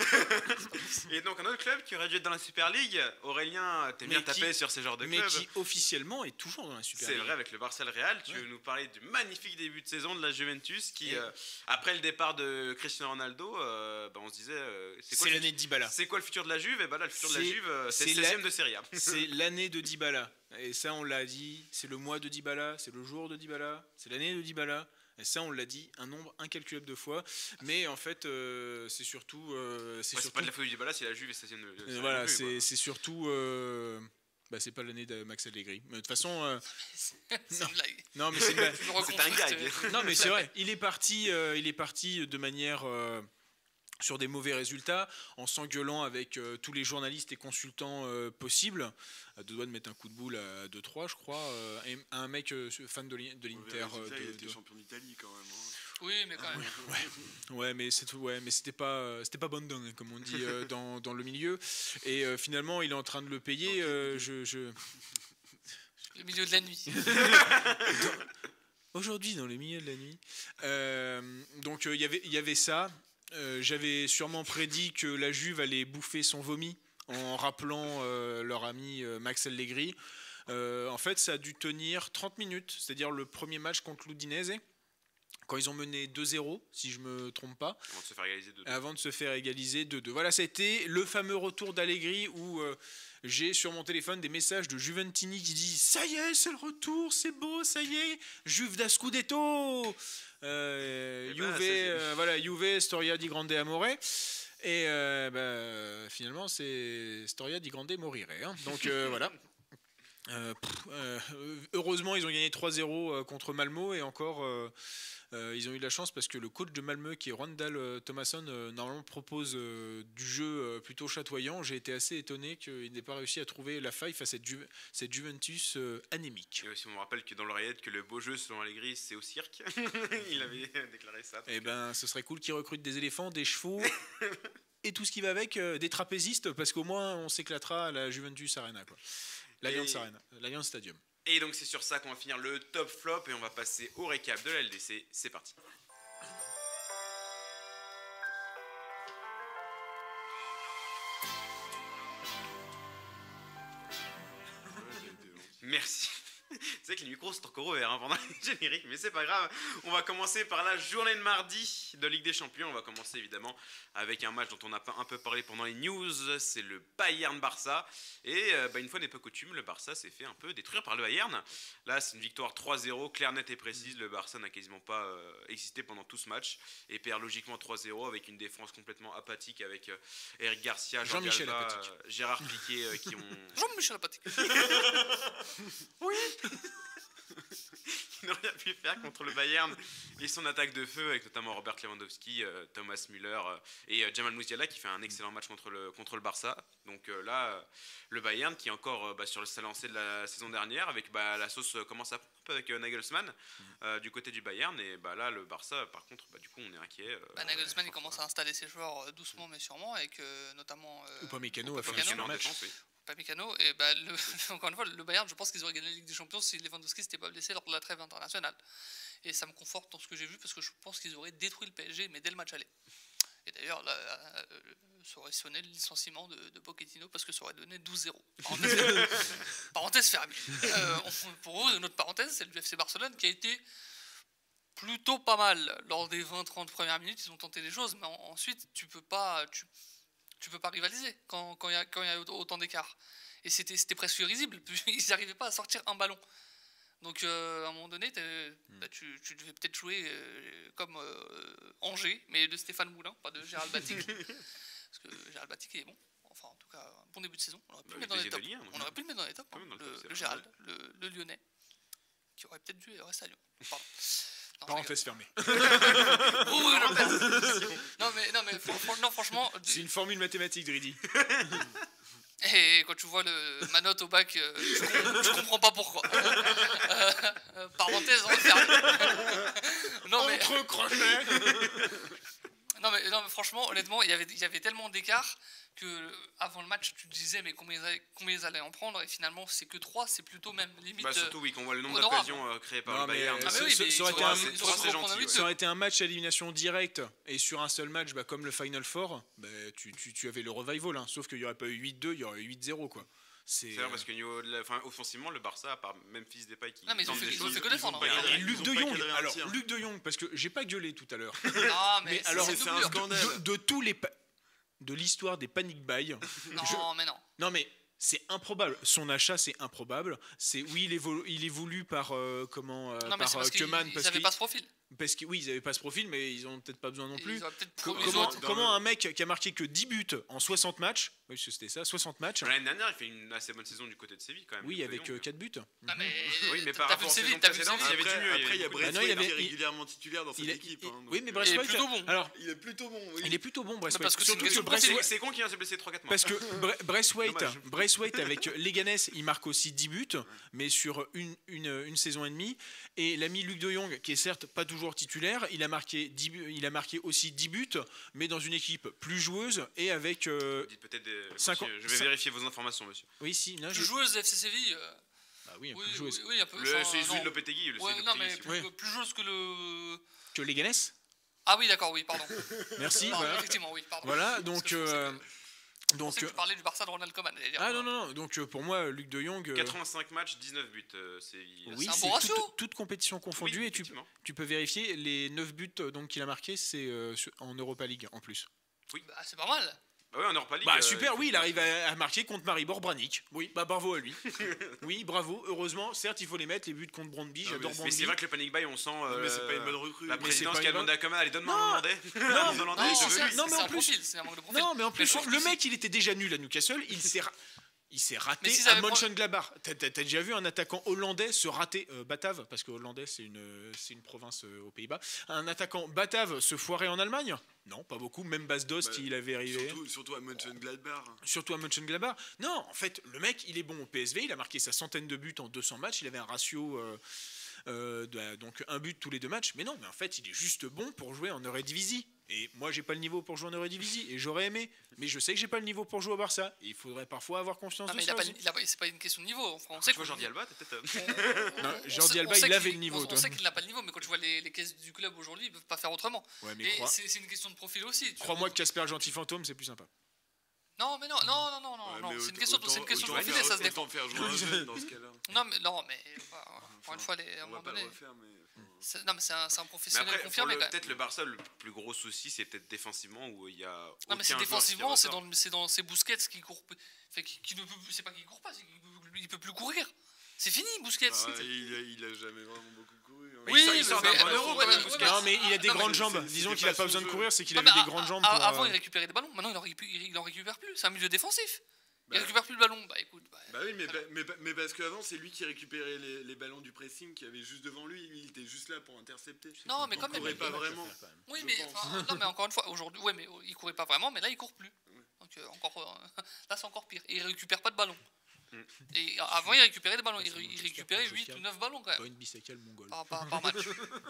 Et donc un autre club qui aurait dû être dans la Super League, Aurélien, t'es bien tapé sur ces genres de mais clubs. Mais qui officiellement est toujours dans la Super League. C'est vrai, avec le Barça le Real, tu ouais. veux nous parler du magnifique début de saison de la Juventus qui, euh, après le départ de Cristiano Ronaldo, euh, bah, on se disait... Euh, c'est l'année de Dybala. C'est quoi le futur de la Juve? Et bah là, le futur de la Juve, euh, c'est le seizième de Serie A. C'est l'année de Dybala. Et ça, on l'a dit, c'est le mois de Dybala, c'est le jour de Dybala, c'est l'année de Dybala. Et ça, on l'a dit un nombre incalculable de fois. Mais en fait, euh, c'est surtout... Euh, c'est ouais, surtout... pas de la faute du Dybala, c'est la Juve et seizième de Serie A. Voilà, c'est surtout... Euh... Bah, c'est pas l'année de Max Allegri. Mais de toute façon... Euh... c'est une blague. Non, mais c'est une blague. C'est un gag. Non, mais c'est vrai. Il est parti, euh, il est parti de manière... Euh... sur des mauvais résultats, en s'engueulant avec euh, tous les journalistes et consultants euh, possibles, à deux doigts de mettre un coup de boule à deux trois, je crois, euh, et un mec euh, fan de l'Inter. Euh, de, il était de... champion d'Italie quand même. Hein. Oui, mais quand même. Ouais, ouais mais c'est ouais, mais c'était pas, c'était pas bon dingue, hein, comme on dit euh, dans, dans le milieu. Et euh, finalement, il est en train de le payer. Euh, je, je... Le milieu de la nuit. Aujourd'hui, dans le milieu de la nuit. Euh, donc, il euh, y avait, il y avait ça. Euh, J'avais sûrement prédit que la Juve allait bouffer son vomi en rappelant euh, leur ami euh, Max Allegri. Euh, en fait, ça a dû tenir trente minutes, c'est-à-dire le premier match contre l'Udinese, quand ils ont mené deux zéro, si je ne me trompe pas. Avant de se faire égaliser deux deux. Avant de se faire égaliser deux deux. Voilà, ça a été le fameux retour d'Allegri où euh, j'ai sur mon téléphone des messages de Juventini qui disent « Ça y est, c'est le retour, c'est beau, ça y est, Juve da Scudetto !» Euh, Juve, bah, euh, voilà, Juve, Storia di Grande Amore. Et euh, bah, finalement, c'est Storia di Grande Morire. Hein. Donc euh, voilà. Euh, pff, euh, heureusement, ils ont gagné trois zéro euh, contre Malmo. Et encore, euh, euh, ils ont eu de la chance parce que le coach de Malmö, qui est Randall euh, Thomasson, euh, normalement propose euh, du jeu euh, plutôt chatoyant. J'ai été assez étonné qu'il n'ait pas réussi à trouver la faille face à cette, Ju cette Juventus euh, anémique. Et aussi, on me rappelle que dans l'oreillette, que le beau jeu, selon Allegri, c'est au cirque. Il avait déclaré ça. Eh ben, ce serait cool qu'ils recrutent des éléphants, des chevaux et tout ce qui va avec, euh, des trapézistes, parce qu'au moins, on s'éclatera à la Juventus Arena, quoi. L'Allianz Arena, l'Allianz Stadium. Et donc c'est sur ça qu'on va finir le top flop et on va passer au récap de la L D C. C'est parti. Merci. C'est vrai que les micros sont encore ouverts hein, pendant le générique, mais c'est pas grave. On va commencer par la journée de mardi de Ligue des Champions. On va commencer évidemment avec un match dont on a un peu parlé pendant les news. C'est le Bayern-Barça. Et euh, bah, une fois n'est pas coutume, le Barça s'est fait un peu détruire par le Bayern. Là, c'est une victoire trois zéro, claire, nette et précise. Le Barça n'a quasiment pas euh, existé pendant tout ce match et perd logiquement trois zéro avec une défense complètement apathique avec euh, Eric Garcia, Jean-Michel Jean Apathique, euh, Gérard Piqué euh, qui ont... Jean-Michel Apathique. Oui. Il n'aurait rien pu faire contre le Bayern et son attaque de feu avec notamment Robert Lewandowski, euh, Thomas Müller euh, et euh, Jamal Musiala qui fait un excellent match contre le, contre le Barça. Donc euh, là, euh, le Bayern qui est encore euh, bah, sur le sa lancée de la saison dernière avec bah, la sauce euh, commence à prendre un peu avec euh, Nagelsmann mmh. euh, du côté du Bayern et bah, là le Barça par contre bah, du coup on est inquiet. Euh, bah, Nagelsmann il commence à installer ses joueurs euh, doucement mais sûrement avec euh, notamment euh, Upamecano a fait un match. Défense, oui. Mécano et bah, le, encore une fois le Bayern je pense qu'ils auraient gagné la Ligue des Champions si Lewandowski s'était pas blessé lors de la trêve internationale et ça me conforte dans ce que j'ai vu parce que je pense qu'ils auraient détruit le P S G mais dès le match aller Et d'ailleurs, là, euh, ça aurait sonné le licenciement de, de Pochettino parce que ça aurait donné douze zéro. Parenthèse, parenthèse fermée. Euh, on- pour eux, notre parenthèse, c'est le F C Barcelone qui a été plutôt pas mal lors des vingt trente premières minutes. Ils ont tenté des choses, mais en- ensuite, tu peux pas, tu, tu peux pas rivaliser quand quand il y a quand il y a autant d'écart. Et c'était c'était presque risible. Ils n'arrivaient pas à sortir un ballon. Donc euh, à un moment donné, t'es- bah, tu, tu devais peut-être jouer euh, comme euh, Angers, mais de Stéphane Moulin, pas de Gérald Batic. Parce que Gérald Batic est bon. Enfin, en tout cas, un bon début de saison. On aurait pu, Bah, le, mettre dans il les était tops. lié, hein, On aurait pu le mettre dans les tops. quand hein. même dans le Le, top, c'est le vrai. Gérald, le, le Lyonnais, qui aurait peut-être dû rester à Lyon. Pardon. Non, Parenthèse fermée. je rigole. Oh, oui, je pèse. non, mais, non, mais fran- fran- non, franchement, C'est une formule mathématique, Dridi. et quand tu vois le, ma note au bac, euh, je, com- je comprends pas pourquoi. Euh, euh, parenthèse refermée. non, mais, Entre crochets. non, mais, non, mais franchement, honnêtement, il y avait, il y avait tellement d'écart que euh, avant le match, tu te disais mais combien ils allaient, combien ils allaient en prendre, et finalement, c'est que trois, c'est plutôt même limite. Bah, euh, surtout, oui, qu'on voit le nombre honorable. d'occasions euh, créées par Non, le mais, Bayern. euh, Ah, mais ça- oui, ça- mais ça ils aurait ont- été un- ils ont- c'est ils ont très reprendre gentil, un huit ouais. Ça aurait été un match à élimination directe et sur un seul match, bah, comme le Final Four, bah, tu, tu, tu avais le revival, hein. Sauf qu'il n'y aurait pas eu huit deux, il y aurait eu huit zéro, quoi. C'est C'est vrai parce que niveau de la, enfin, offensivement, le Barça, à part Memphis Depay qui Non, mais ils ont tente fait- des ils ont choses, fait que défendre, pas hein. cadré- Et Luc ils ont de pas Jong, cadré un alors tir. Luc de Jong, parce que j'ai pas gueulé tout à l'heure. Non, mais, Mais c'est- alors, c'est c'est une un doublure. scandale. De, de tous les pa- de l'histoire des panic buy, Non, mais non. non mais c'est improbable. Son achat, c'est improbable. C'est oui, il est, vo- il est voulu par euh, comment euh, Non, mais par c'est parce euh, qu'ils Koeman, ils parce avaient qu'il- pas ce profil. parce que oui, ils avaient pas ce profil, mais ils ont peut-être pas besoin non plus. Ils auraient peut-être Co- pro- ils comment, auraient- dans comment le- un mec qui a marqué que dix buts en soixante matchs, oui, parce que c'était ça, soixante matchs, L'année dernière, il fait une assez bonne saison du côté de Séville quand même. oui, Luc de avec Jong. quatre buts. Ah, mais Oui, mais t'as par vu rapport le aux Séville, saisons t'as vu le précédentes, Séville. il y avait Après, du mieux. après, il y a beaucoup Ah Braithwaite non, il avait- qui est il- régulièrement titulaire dans cette Il est- équipe. il- hein, oui, donc, mais euh, Braithwaite, Il est plutôt bon. alors Il est plutôt bon, oui. il est plutôt bon Braithwaite. parce que c'est une Surtout question que de Braithwaite- profil. C'est c'est con qu'il vient de se blesser trois quatre mois. Parce que Bre- Braithwaite, Dommage. Braithwaite avec Leganés, il marque aussi dix buts, mais sur une, une, une saison et demie. Et l'ami Luc de Jong, qui est certes pas toujours titulaire, il a marqué, dix buts- il a marqué aussi dix buts, mais dans une équipe plus joueuse et avec. euh, Vous dites peut-être des... cinquante- Je vais vérifier vos informations, monsieur. Oui, si, non, Plus je- joueuse de F C Séville. euh, Ah oui, Oui, plus oui, joueuse oui, un peu. Le, enfin, c'est celui non. de Lopetegui. le- Ouais, c'est non, Lopetegui, mais celui- plus, Ouais. plus joueuse que le. que Leganés. Ah oui, d'accord, oui, pardon. Merci. Pardon, voilà. effectivement, oui, pardon. Voilà, Parce donc. que je pensais euh, que- je donc pensais que euh, tu parlais du Barça de Ronald Koeman. j'allais dire, ah moi. non, non, non. Donc euh, pour moi, Luc de Jong. euh, quatre-vingt-cinq matchs, dix-neuf buts. euh, Séville. oui, c'est un c'est bon ratio. toute, toute compétition confondue Oui, et tu, effectivement. tu peux vérifier les neuf buts euh, donc qu'il a marqué, c'est euh, sur- en Europa League en plus. Bah, c'est pas mal. Bah ouais, en Europa League. Bah euh, super, faut- oui, il arrive à, à marquer contre Maribor Branik. Oui, bah bravo à lui. Oui, bravo. Heureusement, certes, il faut les mettre les buts contre Brondby. Non, J'adore mais Mais Brondby. c'est vrai que le panic buy, on sent. Non, euh, mais c'est pas une bonne recrue. La Mais présidence c'est pas qui a une demandé à Coman, allez, donne-moi Non. un Hollandais. Non. Un Hollandais, Non, mais je c'est veux ça. lui. Non, mais c'est en un plus- profil, c'est un manque de profil. Non, mais en plus, je trouve le que mec, il était déjà nul à Newcastle. Il s'est ra- il s'est raté Mais s'ils à avaient Mönchengladbach. T'as t'as- t'as déjà vu un attaquant hollandais se rater euh, Batave, parce que hollandais c'est une c'est une province euh, aux Pays-Bas. Un attaquant Batave se foirer en Allemagne? Non, pas beaucoup. Même Bas Dost, Bah, il avait arrivé. Surtout, surtout à Mönchengladbach. Surtout à Mönchengladbach. Non, en fait, le mec, il est bon au P S V. Il a marqué sa centaine de buts en deux cents matchs. Il avait un ratio, euh, euh, de- donc un but tous les deux matchs. Mais non, mais en fait, il est juste bon pour jouer en Eredivisie. Et moi, j'ai pas le niveau pour jouer en Eredivisie. Et j'aurais aimé. Mais je sais que j'ai pas le niveau pour jouer au Barça. Et il faudrait parfois avoir confiance Non, en mais il ça a pas, aussi. il a pas- c'est pas une question de niveau. Enfin, on Tu sait vois que Jordi Alba, t'as peut-être. euh, on- Non, on Jordi sait- Alba, on sait il avait qu'il- le niveau, On, on toi. sait qu'il n'a pas le niveau, mais quand tu vois les, les caisses du club aujourd'hui, ils peuvent pas faire autrement. Ouais, mais Et crois- c'est c'est une question de profil aussi. tu crois-moi vois. que Casper Gentil Fantôme, c'est plus sympa. Non, mais non, non, non, non, non, Ouais, non, mais c'est une autant- question, de- c'est une autant- question de autant profil faire- et ça se défend. autant faire jouer un jeune dans ce cas-là. Non, mais non, mais bah, encore une fois, les, à un On va moment pas donné. le refaire, mais. enfin, c'est- Non, mais c'est un, c'est un Mais professionnel après, pour confirmé le- quand même. peut-être le Barça, le plus gros souci, c'est peut-être défensivement où il y a. Non, mais aucun c'est joueur qui défensivement, c'est ressort. dans, le- c'est dans ces Busquets qui court. Enfin, qui, qui ne peut, c'est pas qu'il court pas, c'est qu'il peut, il peut plus courir. C'est fini, Busquets. bah, il, a, il a jamais vraiment beaucoup couru. hein. Mais il sort- il sort d'un mais- bon mais- euro, ouais, quand même, ouais, Busquets. mais- Non, mais il a des non, mais grandes c'est- jambes. c'est- Disons c'est qu'il a pas pas son besoin de jeu. courir, c'est qu'il Non, avait mais des grandes a- jambes. a- pour, Avant, euh, il récupérait des ballons. Maintenant, il en récupère, il en récupère plus. C'est un milieu défensif. Il Bah, récupère plus le ballon. Bah écoute. Bah, Bah oui, mais, pa- mais, pa- mais parce qu'avant, c'est lui qui récupérait les, les ballons du pressing qui avait juste devant lui. Il était juste là pour intercepter. Non, mais Il quand même, courait il- pas il- vraiment. Oui, je mais, pense. enfin, non, mais encore une fois, aujourd'hui, ouais, mais il courait pas vraiment, mais là, il court plus. Donc, euh, encore, euh, là, c'est encore pire. Et il récupère pas de ballon. Mm. Et avant, il récupérait des ballons. Il, ré- il Manchester, récupérait Manchester. huit ou neuf ballons quand Pas même une bisexuelle mongole. par, par- par match.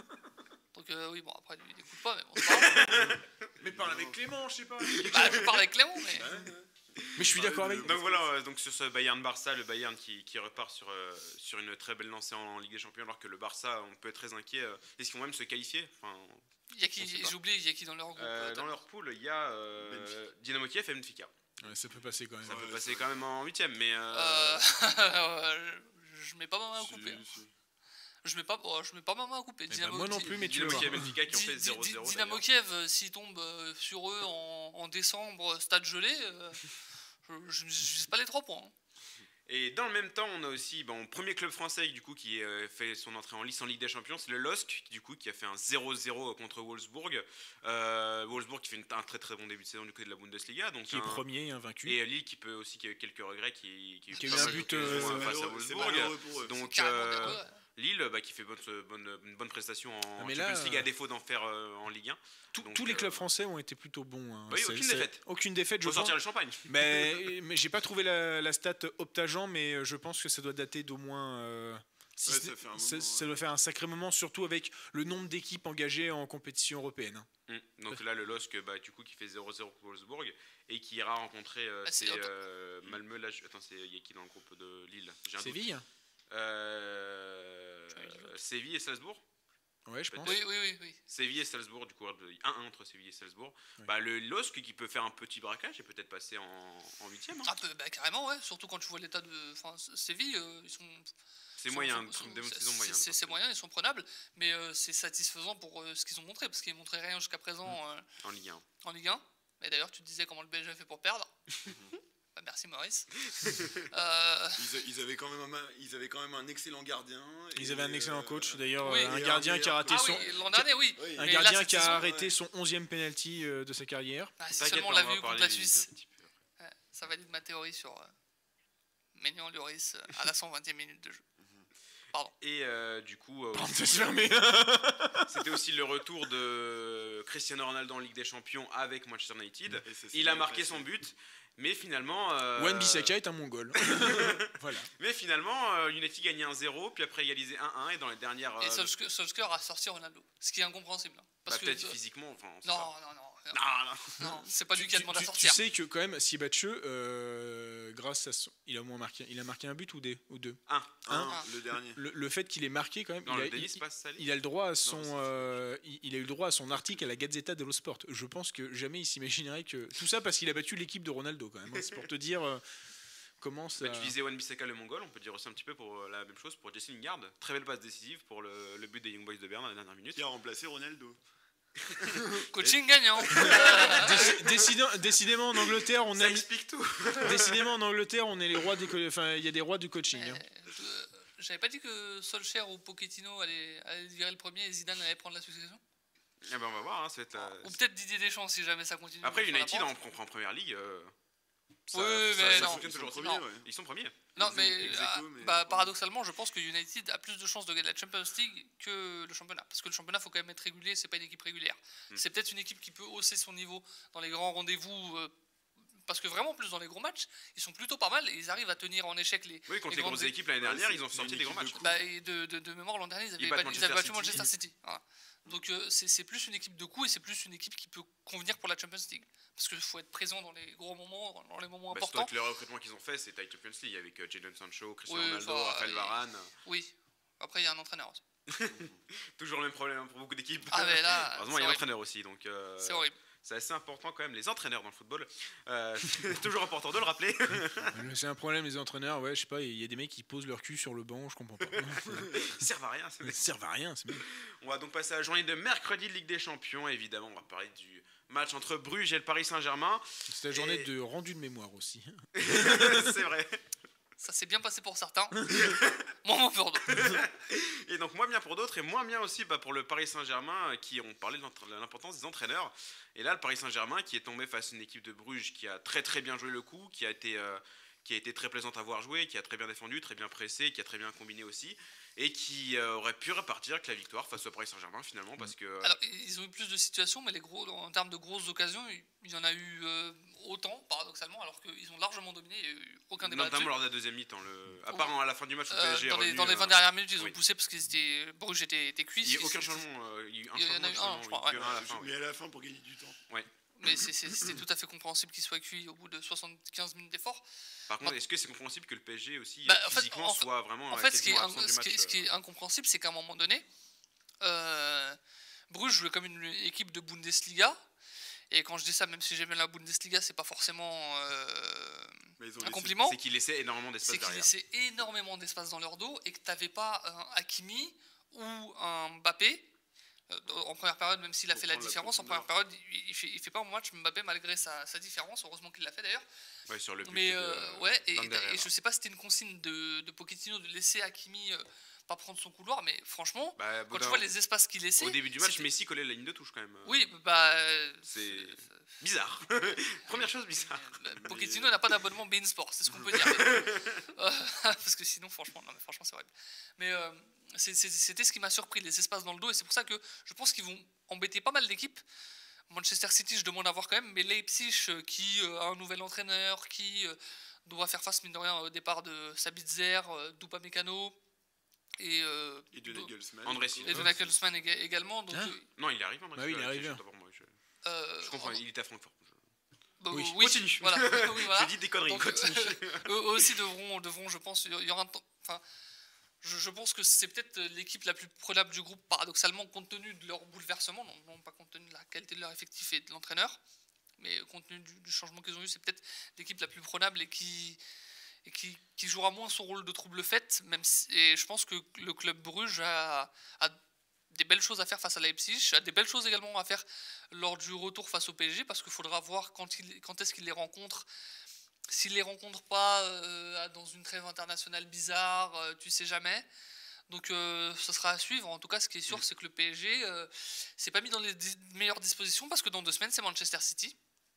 Donc, euh, oui, bon, après, lui, il n'écoute pas, mais bon, c'est pas grave. Mais parle avec Clément, je sais pas. Bah, je parle avec Clément, mais. Mais je suis d'accord avec. Donc voilà, euh, donc sur ce Bayern-Barça, le Bayern qui, qui repart sur, euh, sur une très belle lancée en, en Ligue des Champions, alors que le Barça, on peut être très inquiet. euh, Est-ce qu'ils vont même se qualifier? Enfin, Il y a qui, j'ai oublié, il y a qui dans leur groupe Euh, euh, dans leur pool, il y a euh, Dynamo Kiev et Benfica. Ouais, ça peut passer quand même. Ça Ouais, peut ça- passer quand même en huitième, mais euh, Euh, je mets pas ma main à Si, couper. hein. si. Je mets pas, oh, je mets pas ma main à couper. Eh ben, Dynamo- moi non Di- plus, mais tu Dynamo veux Kiev et voir. Benfica qui ont Di- fait Di- zéro Di- zéro. Dynamo d'ailleurs. Kiev, euh, s'ils tombent euh, sur eux en, en décembre, euh, stade gelé, euh, je ne vise pas les trois points. hein. Et dans le même temps, on a aussi bon, premier club français du coup qui euh, fait son entrée en lice en Ligue des Champions, c'est le L O S C du coup qui a fait un zéro zéro contre Wolfsburg. Euh, Wolfsburg qui fait une- un très très bon début de saison du côté de la Bundesliga, donc Qui est un- premier, invaincu. et Lille qui peut aussi qui a eu quelques regrets qui qui, Qui a eu pas un mal but, d'occasions, euh, hein, C'est face à malheureux- c'est Wolfsburg. malheureux pour eux. Donc Carrément euh, d'accord, ouais. Lille bah, qui fait bonne, bonne, une bonne prestation en Ah, mais Champions là, League à défaut d'en faire euh, en Ligue un. Tous- donc, tous les euh, clubs français ont été plutôt bons. hein. Oui, C'est- aucune c'est- défaite. Aucune défaite, je Faut pense. sortir le champagne. Mais, mais j'ai pas trouvé la, la stat Optagen, mais je pense que ça doit dater d'au moins. euh, si Ouais, ce ça n'est- fait un ça- moment, ça ouais. doit faire un sacré moment, surtout avec le nombre d'équipes engagées en compétition européenne. hein. Mm. Donc là, le L O S C, bah, du coup, qui fait zéro zéro pour Wolfsburg et qui ira rencontrer euh, Ah, c'est c'est, autant. euh, Malmö. Là, je- attends, c'est il y a qui dans le groupe de Lille J'ai un doute. Séville. Euh, J'avais dit l'autre. Séville et Salzbourg. Ouais, je pense. Oui, oui, oui, oui. Séville et Salzbourg, du coup, un un entre Séville et Salzbourg. Ouais. Bah, le L O S C qui peut faire un petit braquage et peut-être passer en en huitième. hein. Ah, peu- bah, carrément, ouais. Surtout quand tu vois l'état de. Enfin, Séville, euh, ils sont. C'est sont- moyen, sont- une sont- début de c'est- saison moyen. C'est c'est moyen, ils sont prenables, mais euh, c'est satisfaisant pour euh, ce qu'ils ont montré, parce qu'ils montraient rien jusqu'à présent euh, En Ligue un. en Ligue un. Et d'ailleurs, tu te disais comment le B L G a fait pour perdre. Bah, merci Maurice. Euh, Ils, a- ils avaient quand même un, ils avaient quand même un excellent gardien. Ils et, avaient un excellent euh, coach, d'ailleurs, oui. euh, un Et un gardien qui a meilleur raté ah son. oui, l'an dernier, oui. Oui. Un Mais gardien là, cette qui a saison, arrêté ouais. son onzième penalty euh, de sa carrière. Ah, si T'inquiète seulement on pas, l'a va vu parler contre la vite Suisse. un petit peu après. Ouais, ça valide ma théorie sur euh, Maignan Lloris euh, à la cent vingtième minute de jeu. Et euh, du coup, euh, Parenthèse fermée. c'était aussi le retour de Cristiano Ronaldo en Ligue des Champions avec Manchester United. Et ça s'est Il a bien marqué passé. son but, mais finalement. euh, Wan Bissaka est un mongol. Voilà. Mais finalement, euh, United gagnait un zéro, puis après égalisé un un, et dans les dernières. Et euh, Solskjaer Solskjaer a sorti Ronaldo, ce qui est incompréhensible. hein, bah, Parce que, peut-être euh, physiquement, enfin. on sait non, pas. non, non, non, Non, non. non, c'est pas lui qui a demandé à tu, tu sortir. sais que quand même, Sibatcheux, euh, grâce à son, il a au moins marqué, il a marqué un but ou des, ou deux. Un. Un, Ah. le dernier. Le, le fait qu'il ait marqué quand même, Non, il, a, le Denis il- passe Salé. il a le droit à son, Non, c'est- euh, il, il a eu le droit à son article à la Gazzetta dello Sport. Je pense que jamais il s'imaginerait que tout ça parce qu'il a battu l'équipe de Ronaldo quand même. hein. C'est pour te dire euh, comment ça. Bah, tu disais Wan Bissaka le Mongol, on peut dire aussi un petit peu pour euh, la même chose pour Jesse Lingard. Très belle passe décisive pour le, le but des Young Boys de Berne dans la dernière minute. Qui a remplacé Ronaldo. Coaching gagnant. Déci- décidément- décidément en Angleterre, on Ça aime. explique tout. Décidément en Angleterre, on est les rois des. co- Enfin, il y a des rois du coaching. hein. Euh, J'avais pas dit que Solskjaer ou Pochettino allaient, allaient virer le premier et Zidane allait prendre la succession. Ah ben, on va voir. hein, ça va être, euh, Ou peut-être Didier Deschamps si jamais ça continue. Après, sur la United pente. en, en, en première ligue. euh, ça, Oui, ça- mais ça non. fonctionne Ils sont toujours. premiers, Non. ouais. Ils sont premiers. Non, Ex- mais, ex ah, aequo, mais- bah, paradoxalement, je pense que United a plus de chances de gagner la Champions League que le championnat. Parce que le championnat, faut quand même être régulier, c'est pas une équipe régulière. Mm. C'est peut-être une équipe qui peut hausser son niveau dans les grands rendez-vous. euh, parce que vraiment, plus dans les gros matchs, ils sont plutôt pas mal et ils arrivent à tenir en échec les. Oui, contre Les les grosses grandes équipes l'année Ouais, dernière, c'est- ils ont c'est sorti une des grands équipe matchs. de Bah, et de, de, de mémoire, l'an dernier, ils avaient, Ils battent battu- ils avaient battu Manchester Manchester City. Voilà. Donc euh, c'est c'est plus une équipe de coups et c'est plus une équipe qui peut convenir pour la Champions League. Parce qu'il faut être présent dans les gros moments, dans les moments Bah, surtout importants. avec le recrutement qu'ils ont fait, c'est la Champions League avec euh, Jadon Sancho, Cristiano Oui, Ronaldo, enfin, Raphaël et- Varane. Oui. Après, il y a un entraîneur aussi. Toujours le même problème hein, pour beaucoup d'équipes. Ah, mais là, Heureusement, il y c'est a un horrible. entraîneur aussi, donc euh, C'est horrible. c'est assez important quand même, les entraîneurs dans le football. Euh, c'est toujours important de le rappeler. C'est un problème, les entraîneurs. Ouais, je sais pas, il y a des mecs qui posent leur cul sur le banc, je comprends pas. Ils servent à rien. c'est- Ça servent à rien. c'est bien. On va donc passer à la journée de mercredi de Ligue des Champions. Évidemment, on va parler du match entre Bruges et le Paris Saint-Germain. C'est la journée Et- de rendu de mémoire aussi. C'est vrai. Ça s'est bien passé pour certains. Moins pour d'autres. Et donc moins bien pour d'autres et moins bien aussi bah, pour le Paris Saint-Germain euh, qui ont parlé de l'entra- de l'importance des entraîneurs. Et là, le Paris Saint-Germain qui est tombé face à une équipe de Bruges qui a très très bien joué le coup, qui a été, euh, qui a été très plaisante à voir jouer, qui a très bien défendu, très bien pressé, qui a très bien combiné aussi, et qui euh, aurait pu repartir avec la victoire face au Paris Saint-Germain finalement parce que... euh, Alors, ils ont eu plus de situations, mais les gros, en termes de grosses occasions, il y en a eu euh, autant, paradoxalement, alors qu'ils ont largement dominé. Il n'y a eu aucun débat notamment là-dessus. lors de la deuxième mi-temps, le... à Oui. part à la fin du match où le Euh, P S G est dans, les, revenu, dans les vingt euh, dernières minutes, ils ont oui. poussé parce que Bruges était, était cuit. il n'y a c'est- aucun c'est- changement, euh, il y a eu un Il y en a changement, eu un, justement, je crois, oui, que ouais. un à la fin, oui. Mais à la fin pour gagner du temps. Mais c'est- c'est- c'était tout à fait compréhensible qu'il soit cuit au bout de soixante-quinze minutes d'effort. Par contre, est-ce que c'est compréhensible que le P S G aussi Bah, euh, en fait- physiquement en fait- soit vraiment En euh, fait, ce qui, est, quasiment in- absent du ce qui est- match, ce qui est incompréhensible, c'est qu'à un moment donné, euh, Bruges jouait comme une équipe de Bundesliga. Et quand je dis ça, même si j'aime bien la Bundesliga, c'est pas forcément euh, un laissé, compliment. C'est qu'ils laissaient énormément d'espace C'est qu'ils derrière. laissaient énormément d'espace dans leur dos et que tu n'avais pas un Hakimi ou un Mbappé. En première période, même s'il a Pour fait la prendre la différence, en première profondeur. période, il, il, fait, il fait pas un match Mbappé malgré sa, sa différence. Heureusement qu'il l'a fait d'ailleurs. Ouais, sur le but Mais de- euh, ouais, et, d'Ander et Herrera. je sais pas si c'était une consigne de, de Pochettino de laisser Hakimi euh, pas prendre son couloir, mais franchement, Bah, quand Boudin, tu vois les espaces qu'il laissait. au début du match, c'était- Messi collait la ligne de touche quand même. Oui, bah. euh, C'est bizarre. Première chose bizarre. euh, Pochettino n'a pas d'abonnement Bein Sport, c'est ce qu'on peut dire. Euh, parce que sinon, franchement, non, mais franchement, c'est horrible. Mais euh, c'est- c'est- c'était ce qui m'a surpris, les espaces dans le dos, et c'est pour ça que je pense qu'ils vont embêter pas mal d'équipes. Manchester City, je demande à voir quand même, mais Leipzig, euh, qui euh, a un nouvel entraîneur, qui euh, doit faire face, mine de rien, au départ de Sabitzer, euh, d'Upamecano, et, euh, Et de d'O- Nagelsmann. André du coup. et de Nagelsmann éga- également. Donc, Hein euh, Non, il est arrivé. André Bah oui, il est Silva, arrivé. je- je- moi, je- euh, Je comprends, en- il était à Francfort. Je- bah, Oui. oui, Continue. Voilà, oui, voilà. Je dis des conneries. Donc, Continue. eux eux aussi devront, devront, je pense, il y aura un temps. Enfin, je, je pense que c'est peut-être l'équipe la plus prenable du groupe, paradoxalement, compte tenu de leur bouleversement, non, non pas compte tenu de la qualité de leur effectif et de l'entraîneur, mais compte tenu du, du changement qu'ils ont eu, c'est peut-être l'équipe la plus prenable et qui, et qui, qui jouera moins son rôle de trouble fête. Même si, et je pense que le club Bruges a, a des belles choses à faire face à Leipzig, a des belles choses également à faire lors du retour face au P S G, parce qu'il faudra voir quand, il, quand est-ce qu'il les rencontre. S'il les rencontre pas euh, dans une trêve internationale bizarre, euh, tu sais jamais. Donc euh, ça sera à suivre. En tout cas, ce qui est sûr, c'est que le P S G euh, s'est pas mis dans les di- meilleures dispositions parce que dans deux semaines, c'est Manchester City.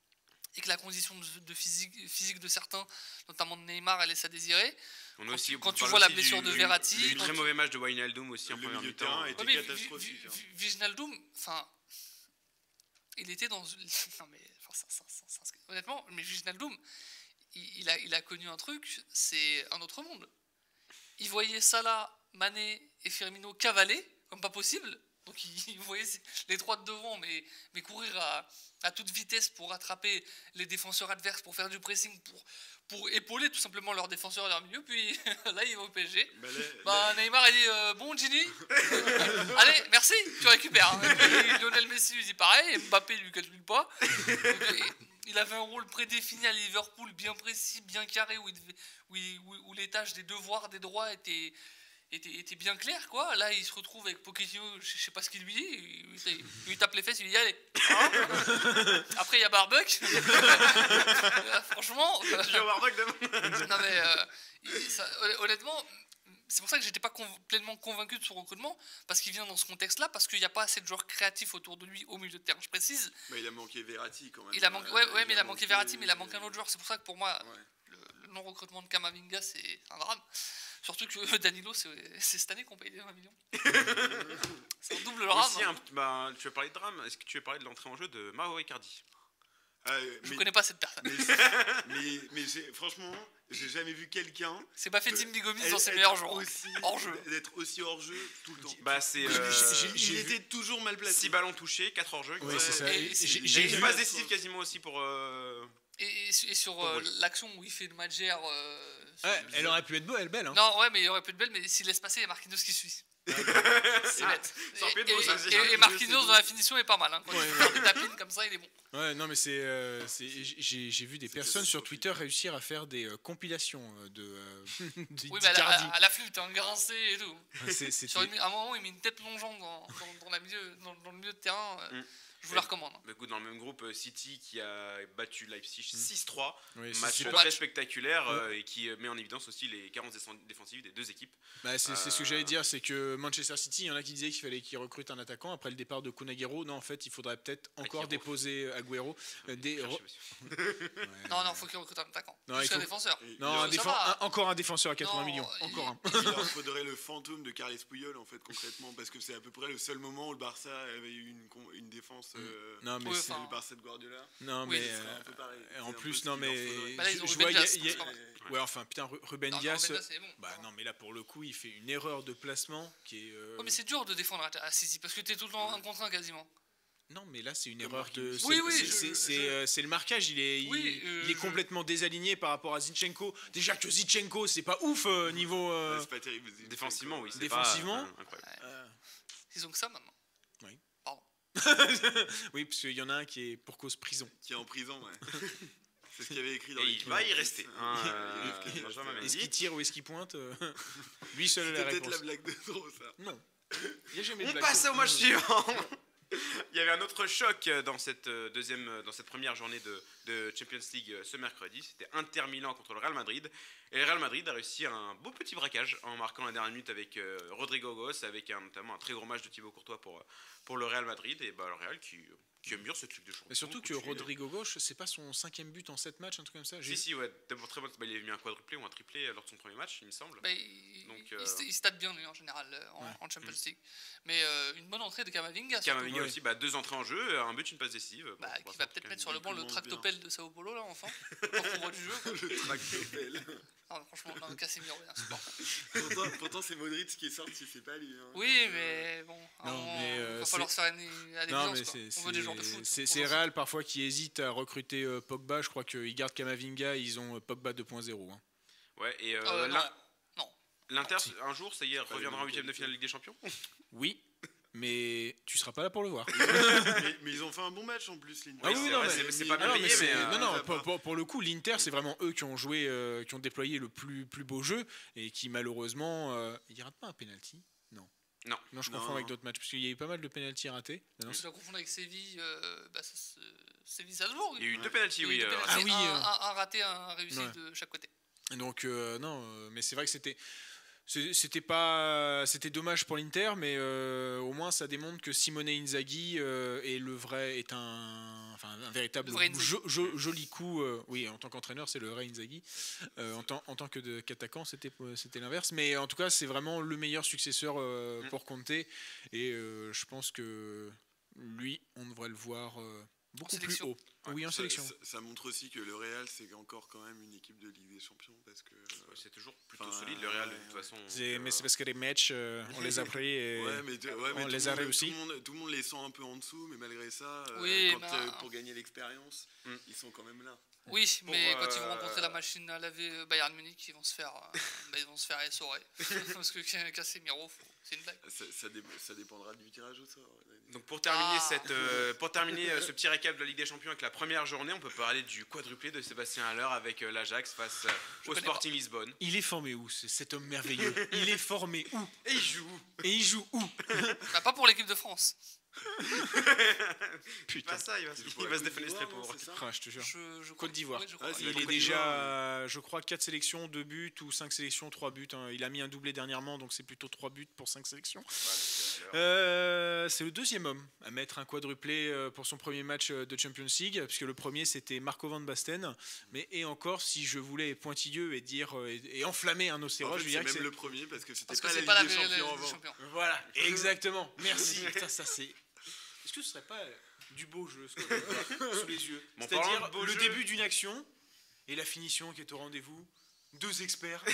Et que la condition de, de physique, physique de certains, notamment de Neymar, elle laisse à désirer. On a Quand aussi, tu- on quand tu parle vois la aussi blessure du- de du- Verratti, Du quand très tu- mauvais match de Wijnaldum aussi en Le première milieu de mi-temps. terrain euh, était Ouais, mais catastrophique, Vi- hein. Vi- Vi- Wijnaldum, enfin, il était dans. Non mais, enfin, ça- ça- ça- ça- honnêtement, mais Wijnaldum, il, il a, il a connu un truc, c'est un autre monde. Il voyait Salah, Mané et Firmino cavaler comme pas possible. Donc il, il voyait les trois de devant, mais, mais courir à, à toute vitesse pour attraper les défenseurs adverses, pour faire du pressing, pour, pour épauler tout simplement leurs défenseurs et leur milieu. Puis là, il va au P S G. Bah, là- Bah, Neymar a dit euh, bon Gini, allez merci, tu récupères. Et puis, Lionel Messi lui dit pareil, et Mbappé lui calcule pas. Donc, et- il avait un rôle prédéfini à Liverpool, bien précis, bien carré, où, il devait- où, il- où- où les tâches des devoirs, des droits étaient, étaient, étaient bien claires, quoi. Là, il se retrouve avec Pochettino, je sais pas ce qu'il lui dit, il, il- il lui tape les fesses, il lui dit allez. Hein. Après, il y a Barbuck. Franchement. Je vais avoir Doc demain. Non mais euh, il- ça- honnêtement, c'est pour ça que j'étais pas conv- pleinement convaincu de son recrutement, parce qu'il vient dans ce contexte-là, parce qu'il n'y a pas assez de joueurs créatifs autour de lui au milieu de terrain. Je précise, bah, il a manqué Verratti quand même. il a manqué, Euh, ouais, ouais, mais il a manqué Verratti, mais il a manqué un autre joueur. C'est pour ça que pour moi, Ouais. le, le non-recrutement de Kamavinga, c'est un drame. Surtout que Danilo, c'est c'est cette année qu'on paye les vingt millions. C'est un double drame. Aussi, un petit- bah, tu veux parler de drame. Est-ce que tu veux parler de l'entrée en jeu de Mauro Icardi? Ah, Je mais, connais pas cette personne. mais, mais, mais j'ai- franchement, j'ai jamais vu quelqu'un C'est pas fait Tim Bigomis dans ses être meilleurs jours. aussi- Hors jeu. D'être aussi hors jeu tout le temps. Bah, c'est J'ai- euh, j'ai- il j'ai était toujours mal placé. six ballons touchés, quatre hors jeu. Oui, c'est ça. Et- Et et- j'ai- et- j'ai J'ai vu- une passe décisive quasiment aussi pour. euh, Et, et sur- et sur euh, l'action où il fait le Madjer. Euh, sur- Ouais, elle aurait pu être beau, elle belle. Hein. Non, ouais, mais il aurait pu être belle, mais s'il laisse passer, il y a Marquinhos qui suit. C'est bête. ça aurait pu être Et, beau, ça et- aussi. et- et Marquinhos dans la finition est pas mal. Hein. Quand Ouais, il fait des tapines comme ça, il est bon. Ouais, non, mais c'est, euh, c'est- j'ai j'ai vu des C'est personnes sur catastrophique. Twitter réussir à faire des euh, compilations euh, de euh, d- Oui, mais à la, d'Icardi. à- à la flûte, hein, grincé et tout. C'est- c'était- Sur une- à un moment, il met une tête plongeante dans, dans, dans la milieu, dans, dans le milieu de terrain. euh, Mm. Je vous la recommande. hein. Bah, écoute, dans le même groupe, euh, City qui a battu Leipzig six trois. Oui, c'est- Match c'est beau pas- très match. spectaculaire euh, et qui euh, met en évidence aussi les carences défensives défensives des deux équipes. bah, c'est- c'est ce que Euh, j'allais dire, c'est que Manchester City, il y en a qui disaient qu'il fallait qu'ils recrutent un attaquant après le départ de Kun Agüero. Non, en fait, il faudrait peut-être encore Agüero. déposer Agüero. euh, des Cherchez re- aussi. Ouais. Non, non, faut qu'il recrute un attaquant. Non, Plus il qu'un faut- défenseur. Et Non, il un leur- ça défen- va. un- encore un défenseur à quatre-vingts Non, millions. il- Encore un. Il leur faudrait le fantôme de Carles Puyol en fait concrètement parce que c'est à peu près le seul moment où le Barça avait eu une, con- une défense euh, Non, mais Ouais, c'est- enfin, le Barça de Guardiola. non, oui, mais ce serait euh, un peu pareil. et C'est en un peu plus, ce non, qu'il leur mais faudrait. Bah là, ils ont je, je Ruben vois, il y a- Dias, il y a- c'est pas mal. ouais, enfin, putain, Ru- Ruben Non, non, Dias. Ruben Dias, c'est bon. Bah non, mais là pour le coup, il fait une erreur de placement qui est. euh, Ouais, mais c'est dur de défendre à City parce que t'es tout le temps un contre un quasiment. Non, mais là c'est une Comme erreur de. Marquinhos. c'est- Oui, oui, c'est- je- c'est- je- c'est euh, c'est le marquage. Il est, il, Oui, euh, il est je- complètement désaligné par rapport à Zinchenko. Déjà que Zinchenko, c'est pas ouf euh, niveau. euh, Ouais, c'est pas terrible. Défensivement, oui. c'est Défensivement pas, euh, incroyable. euh, Ils ont que ça maintenant. Oui. Pardon. Oui, parce qu'il y en a un qui est pour cause prison. Qui est en prison, ouais. C'est ce qu'il y avait écrit dans Et les il va y rester. Hein, Il euh, risque d'y Benjamin rester. Est-ce Mendy. qu'il tire ou est-ce qu'il pointe euh, Lui seul a la C'était peut-être réponse. la blague de trop, ça. Non. Il y a jamais de On blague. passe au match suivant. Il y avait un autre choc dans cette deuxième, dans cette première journée de, de Champions League ce mercredi. C'était Inter Milan contre le Real Madrid. Et le Real Madrid a réussi un beau petit braquage en marquant la dernière minute avec euh, Rodrigo Goss, avec un, notamment un très gros match de Thibaut Courtois pour, pour le Real Madrid. Et bah, le Real qui, qui aime bien ce truc de champion. Mais surtout que continue. Rodrigo Gauche, c'est pas son cinquième but en sept matchs, un truc comme ça. J'ai- Si, si, ouais. D'abord, très bon. Bah, il avait mis un quadruplé ou un triplé lors de son premier match, il me semble. Bah, il, Donc, il, euh, st- il state bien lui en général euh, en, Ouais. en Champions League. Mais euh, une bonne entrée de Camavinga. surtout. Camavinga Ouais. aussi, bah, deux entrées en jeu, un but, une passe décisive. Bon, Bah, on qui va va voir peut-être quand mettre même. sur le banc le commence tractopelle de Sao Paulo là enfin pour qu'on voit du jeu. quoi. Le tractopelle. Non, franchement, non, Casemiro, il est insupportable. pourtant, pourtant, c'est Modric qui est sorti, c'est pas lui. Hein. Oui, mais bon, à un Non, moment, mais, il euh, va c'est- falloir se faire une- à Non, l'évidence. mais quoi. c'est On veut des joueurs de foot. c'est- pour c'est l'instant. Real parfois qui hésite à recruter euh, Pogba. Je crois qu'ils gardent Kamavinga, ils ont euh, Pogba deux point zéro. hein. Ouais, et euh, Ah ouais, non, l'In- non. l'Inter, Si. un jour, ça y est, pas reviendra les en huitième de mêmes finale Ligue des Champions. Oui, mais tu seras pas là pour le voir. mais, mais ils ont fait un bon match en plus, l'Inter. Ah oui, c'est non, vrai, mais- c'est- c'est pas Ah non, bien mais payé, c'est- mais. euh, non, non, ça pour, va. pour- pour le coup, l'Inter, c'est vraiment eux qui ont joué, euh, qui ont déployé le plus, plus beau jeu et qui malheureusement, euh, ils ratent pas un penalty. Non. Non. Non, je Non, confonds avec non. d'autres matchs parce qu'il y a eu pas mal de penalties ratés. Non, non, Je la confondre avec Séville, euh, bah, ça se- Séville-Salzbourg. Il y a eu Ouais. deux pénaltys, Il y a eu oui. deux euh, pénaltys, Ah oui, un, euh. un- un raté, un réussi Ouais. de chaque côté. Donc euh, non, euh, mais c'est vrai que c'était c'est- c'était pas c'était dommage pour l'Inter, mais euh, au moins ça démontre que Simone Inzaghi euh, est le vrai est un enfin un véritable Le vrai Inzaghi. jo- jo- joli coup. euh, oui, en tant qu'entraîneur, c'est le vrai Inzaghi. Euh, en tant en tant que de- qu'attaquant, c'était c'était l'inverse. Mais en tout cas, c'est vraiment le meilleur successeur euh, Mm. pour Conte, et euh, je pense que lui, on devrait le voir euh, beaucoup plus sélection. haut. Oui, en Ça- sélection. Ça, ça montre aussi que le Real, c'est encore quand même une équipe de Ligue des Champions parce que. euh, C'est toujours plutôt Enfin, solide, le Real, de ouais, toute ouais. façon. C'est- donc, mais euh, c'est parce que les matchs, euh, on les a pris et Ouais, mais, de- ouais, mais on tout les le a monde- réussi. Tout le, monde, tout le monde les sent un peu en dessous, mais malgré ça, euh, Oui, quand, bah- euh, pour gagner l'expérience, Mm. ils sont quand même là. Oui, Pour, mais quand ils vont euh, rencontrer la machine à laver euh, Bayern Munich, ils vont se faire, euh, bah, ils vont se faire essorer. Parce que Casemiro, faut- c'est une blague. Ça, ça, dé- ça dépendra du tirage au sort. Donc pour terminer, Ah. cette, euh, pour terminer euh, ce petit récap de la Ligue des Champions avec la première journée, on peut parler du quadruplé de Sébastien Haller avec euh, l'Ajax face euh, Je au connais Sporting Lisbonne. il est formé où, ce- cet homme merveilleux? Il est formé où? Et il joue. Et il joue où? Bah, pas pour l'équipe de France. Pas ça, il va, C'est il pour la va se Côte défenestrer d'Ivoire, pour. non, c'est ça Ah, je te jure. Je, je Côte d'Ivoire. oui, je crois. Ah, c'est Il la est Côte déjà, d'Ivoire. euh, je crois, quatre sélections, deux buts ou cinq sélections, trois buts. hein. Il a mis un doublé dernièrement, donc c'est plutôt trois buts pour cinq sélections. Ouais, donc, euh, Haller. Euh, c'est le deuxième homme à mettre un quadruplé euh, pour son premier match euh, de Champions League, puisque le premier c'était Marco Van Basten. Mais et encore, si je voulais être pointilleux et dire euh, et, et enflammer un En océroge, fait, je c'est dirais que même c'est le premier parce que c'était Parce que pas, c'est la pas la Ligue des la- Champions la- avant. champion. Voilà, exactement. Merci. Putain, ça c'est. Est-ce que ce serait pas du beau jeu ce qu'on a sous les yeux? Bon, parlant C'est-à-dire de beau le jeu- début d'une action et la finition qui est au rendez-vous. Deux experts.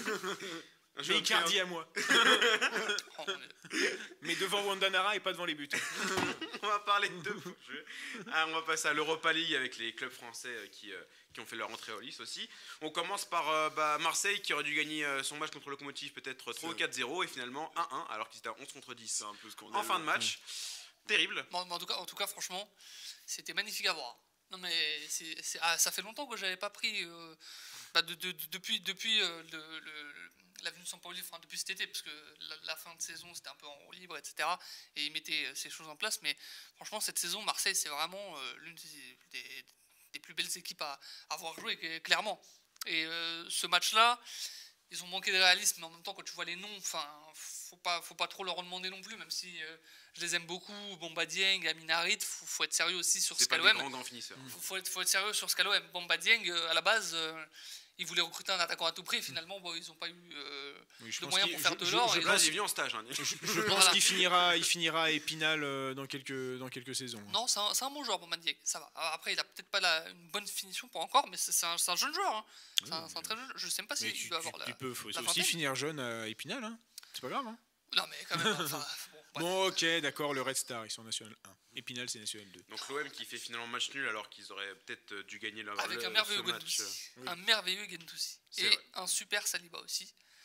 Un jeu Mais Icardi un à moi. Oh, mon Dieu. Mais devant Wandanara et pas devant les buts. On va parler de beaux jeux. Ah, on va passer à l'Europa League avec les clubs français euh, qui, euh, qui ont fait leur entrée au lice aussi. On commence par euh, bah, Marseille qui aurait dû gagner euh, son match contre le Lokomotiv peut-être trois ou quatre zéro et finalement un un alors qu'ils étaient à onze contre dix C'est un peu scandaleux. en fin de match. Terrible. Bon, mais en, tout cas, en tout cas, franchement, c'était magnifique à voir. Non, mais c'est, c'est- ah, ça fait longtemps que j'avais pas pris. euh, bah, de- de- de- depuis depuis euh, le, le- la venue de Sampaoli, enfin, depuis cet été, parce que la, la fin de saison c'était un peu en roue libre, et cetera. Et ils mettaient euh, ces choses en place. Mais franchement, cette saison, Marseille, c'est vraiment euh, l'une des, des- des plus belles équipes à, à avoir joué, cl- clairement. Et euh, ce match-là, ils ont manqué de réalisme, mais en même temps, quand tu vois les noms, enfin, faut pas, faut pas trop leur en demander non plus, même si euh, je les aime beaucoup. Bomba Dieng, Amin Harit, faut, faut être sérieux aussi sur ce C'est pas qu'a des l'O M. grands grands finisseurs. Faut, faut être, faut être sérieux sur ce qu'a l'O M. Bomba Dieng, euh, à la base, euh, ils voulaient recruter un attaquant à tout prix. Finalement, bon, ils n'ont pas eu euh, Oui, je de pense moyens qu'il- pour faire je- de je- l'or. je et Là, donc- il est venu en stage. hein. Je, je pense Voilà. qu'il finira, il finira à Épinal euh, dans quelques, dans quelques saisons. hein. Non, c'est un, c'est un bon joueur, Bomba Dieng. Ça va. Alors après, il a peut-être pas la, une bonne finition pour encore, mais c'est c'est un, c'est un jeune joueur. hein. C'est un, c'est un très jeune. Je sais même pas Mais s'il tu, doit tu- avoir la. tu peux faut la aussi vingtaine. finir jeune à Épinal. Hein. C'est pas grave. Hein. Non, mais quand même. Enfin, bon, bref. Bon, ok, d'accord, le Red Star, ils sont National un. Épinal, c'est National deux. Donc l'O M qui fait finalement match nul alors qu'ils auraient peut-être euh, dû gagner leur Avec le- un merveilleux ce match. Gendouzi. Oui. Un merveilleux Gendouzi. C'est Et vrai. un super Saliba aussi.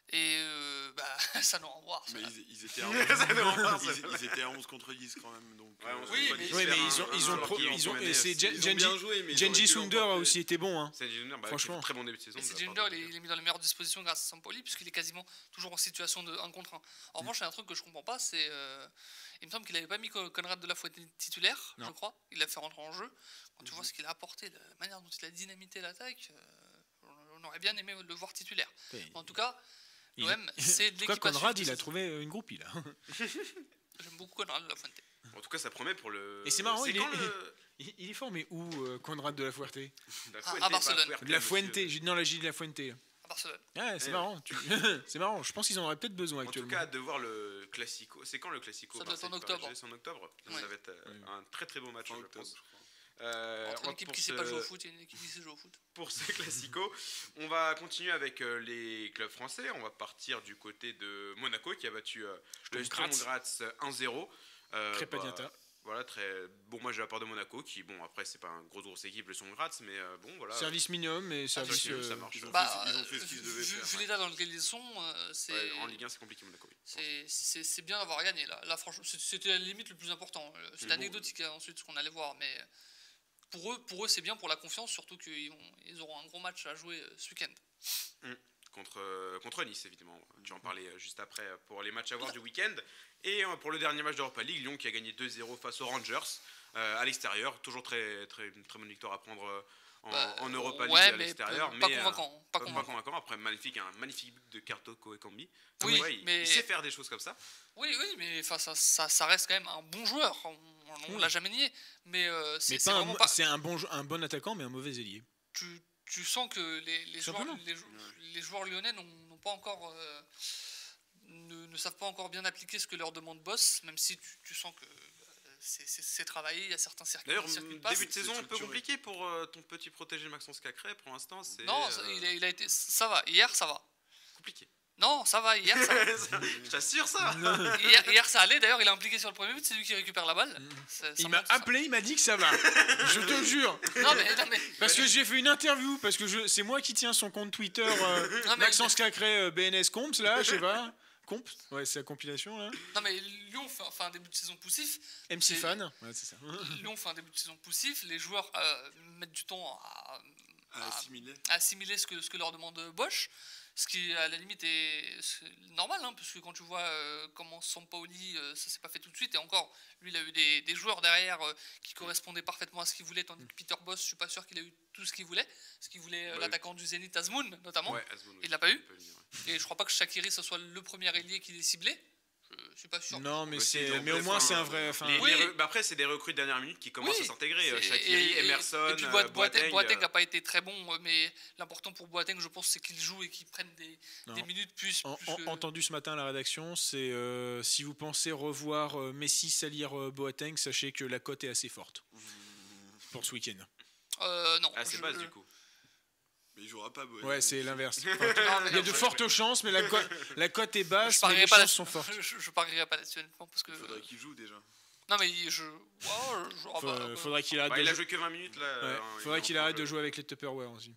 Et euh, bah, ça nous renvoie. Mais ça. ils, ils étaient à onze, Ça nous renvoie, ça. ils, ils étaient à onze contre dix quand même. Donc, Ouais, on euh, se Oui, voit mais- dix Oui, faire mais un- ils ont, un ils ont, joueur pro- qui est en ils ont, M et N S. c'est ils Gen- ont Genji, bien joué, mais ils Genji auraient pu Sunder l'emporter. aussi était bon. Hein. C'est Junior, bah, Franchement. très bonne début de saison. Et de c'est la part Gender, de il est, Junior. il est mis dans les meilleures dispositions grâce à Sampoli, puisqu'il est quasiment toujours en situation de un contre un. En revanche, il y a un truc que je comprends pas, c'est. Euh, il me semble qu'il n'avait pas mis Con- Conrad de la Fuente titulaire, Non. je crois. Il l'a fait rentrer en jeu. Quand tu vois ce qu'il a apporté, la manière dont il a dynamité l'attaque, euh, on aurait bien aimé le voir titulaire. En tout cas, Il- l'O M, c'est En tout cas, l'équipe à Conrad, suivre il a de trouvé une groupie là. J'aime beaucoup Conrad de la Fuente. En tout cas, ça promet pour le. Et c'est marrant, il est- quand le. Il, il est formé où, euh, Conrad de la Fuerte? La à Fuente, pas Barcelone. Fuerte, De la monsieur. Fuente, j'ai- non, la J de la Fuente. là. À Barcelone. Ouais, c'est Eh marrant. tu- c'est marrant. Je pense qu'ils en auraient peut-être besoin En tout actuellement. cas, de voir le Classico. C'est quand le Classico Ça doit être en Marseille-P S G? octobre. C'est en octobre. Ça Ouais. va être euh, Ouais. un très très beau match, Fin je octobre, pense. je crois. Euh, Entre on- une équipe pour qui ce- sait pas jouer au foot et une équipe qui sait jouer au foot. Pour ce Classico, on va continuer avec euh, les clubs français. On va partir du côté de Monaco qui a battu euh, le Sturm Sturm Graz un zéro. Euh, Crépadiata. bah, Voilà, très bon match de la part de Monaco qui, bon, après, c'est pas une grosse grosse équipe, le Sturm Graz, mais euh, bon, voilà. Service minimum, mais service. minimum, ça euh, marche. Ils ont Bah, fait, ils ont fait ce qu'ils vu- devaient vu, faire. vu ouais. l'état dans lequel ils sont, euh, c'est Ouais, en Ligue un, c'est compliqué Monaco. Oui. c'est- c'est c'est bien d'avoir gagné. Là, là franchement, c'est- c'était la limite le plus important. Euh, C'est Mais bon. anecdotique hein, ensuite ce qu'on allait voir, mais pour eux, pour eux c'est bien pour la confiance, surtout qu'ils vont- ils auront un gros match à jouer euh, ce week-end. Contre, euh, contre Nice, évidemment. Tu en parlais euh, juste après euh, pour les matchs à voir du week-end. Et euh, pour le dernier match d'Europa League, Lyon qui a gagné deux zéro face aux Rangers euh, à l'extérieur. Toujours très, très, une très bonne victoire à prendre euh, en, Bah, en Europa League ouais, à mais l'extérieur. Pas mais, euh, convaincant. Pas Pas, pas convaincant. convaincant. Après, magnifique, un magnifique but de Kartoko et Kambi. Oui, Ouais, il, mais- il sait faire des choses comme ça. Oui, oui, mais enfin, ça, ça, ça reste quand même un bon joueur. On, on Oui. l'a jamais nié. Mais euh, c'est Mais c'est pas un, vraiment mo- pas. c'est un bon, jou- un bon attaquant, mais un mauvais ailier. Tu, tu sens que les, les, joueurs, Simplement. les, jou- les joueurs lyonnais n'ont n'ont pas encore. euh, ne, ne savent pas encore bien appliquer ce que leur demande Boss, même si tu, tu sens que euh, c'est- c'est c'est travaillé. Il y a certains circuits, D'ailleurs, circuits de début passe. de saison un peu structuré. compliqué pour euh, ton petit protégé Maxence Cacré. Pour l'instant, c'est Non, ça- euh, il, a, il a été. Ça va. Hier, ça va. compliqué. Non, ça va. Hier, ça va. Je t'assure ça. hier, hier, ça allait. D'ailleurs, il est impliqué sur le premier but. C'est lui qui récupère la balle. Ça- ça Il m'a montre ça. appelé, il m'a dit que ça va. Je te jure. Non, mais, non, mais Parce que j'ai fait une interview, parce que je, c'est moi qui tiens son compte Twitter, euh, Non, mais- Maxence Cacré, euh, B N S Comps, là, je sais pas. Comps, ouais, c'est la compilation, là. non, mais Lyon fait, fait un début de saison poussif. M C C'est- Fan, ouais, c'est ça. Lyon fait un début de saison poussif. Les joueurs euh, mettent du temps à, À à- assimiler. à assimiler ce que, ce que leur demande Bosch. Ce qui, à la limite, est c'est normal, hein, parce que quand tu vois euh, comment Sampaoli, euh, ça s'est pas fait tout de suite, et encore, lui, il a eu des, des joueurs derrière euh, qui correspondaient parfaitement à ce qu'il voulait, tandis que Peter Bosz, je suis pas sûr qu'il a eu tout ce qu'il voulait. Ce qu'il voulait, euh, Ouais. l'attaquant du Zénith, Azmoun, notamment. Ouais, Azmoun, Il l'a pas eu. peut venir, ouais. Et je crois pas que Shaqiri, ce soit le premier ailier qu'il ait ciblé. Je suis pas sûr. Non, mais, Aussi, c'est, donc, mais au enfin, moins, c'est un vrai. Enfin, Les- Oui. les re- bah après, c'est des recrues de dernière minute qui commencent Oui, à s'intégrer. euh, c'est- Shaqiri, et- et- Emerson, et puis euh, Boateng, Boateng. Boateng euh, n'a pas été très bon, mais l'important pour Boateng, je pense, c'est qu'il joue et qu'il prenne des, Non. des minutes plus. En- plus en- que- entendu ce matin à la rédaction, c'est euh, si vous pensez revoir euh, Messi salir euh, Boateng, sachez que la cote est assez forte pour ce week-end. Euh, non. Ah, c'est je- basse du coup. Mais il jouera pas. Boateng. Ouais, c'est l'inverse. Non, mais Il y a non, de je- fortes chances, mais la, co- la cote est Je basse, mais parierais les pas chances là-dessus. sont fortes. Je, je parierais pas là-dessus, honnêtement, parce que. Il faudrait qu'il joue déjà. Non, mais je. Wow, je jouera Faut- pas. faudrait qu'il arrête Bah, de il a jouer. joué que vingt minutes là. Ouais, euh, faudrait il qu'il est arrête encore de jouer avec les Tupperware aussi.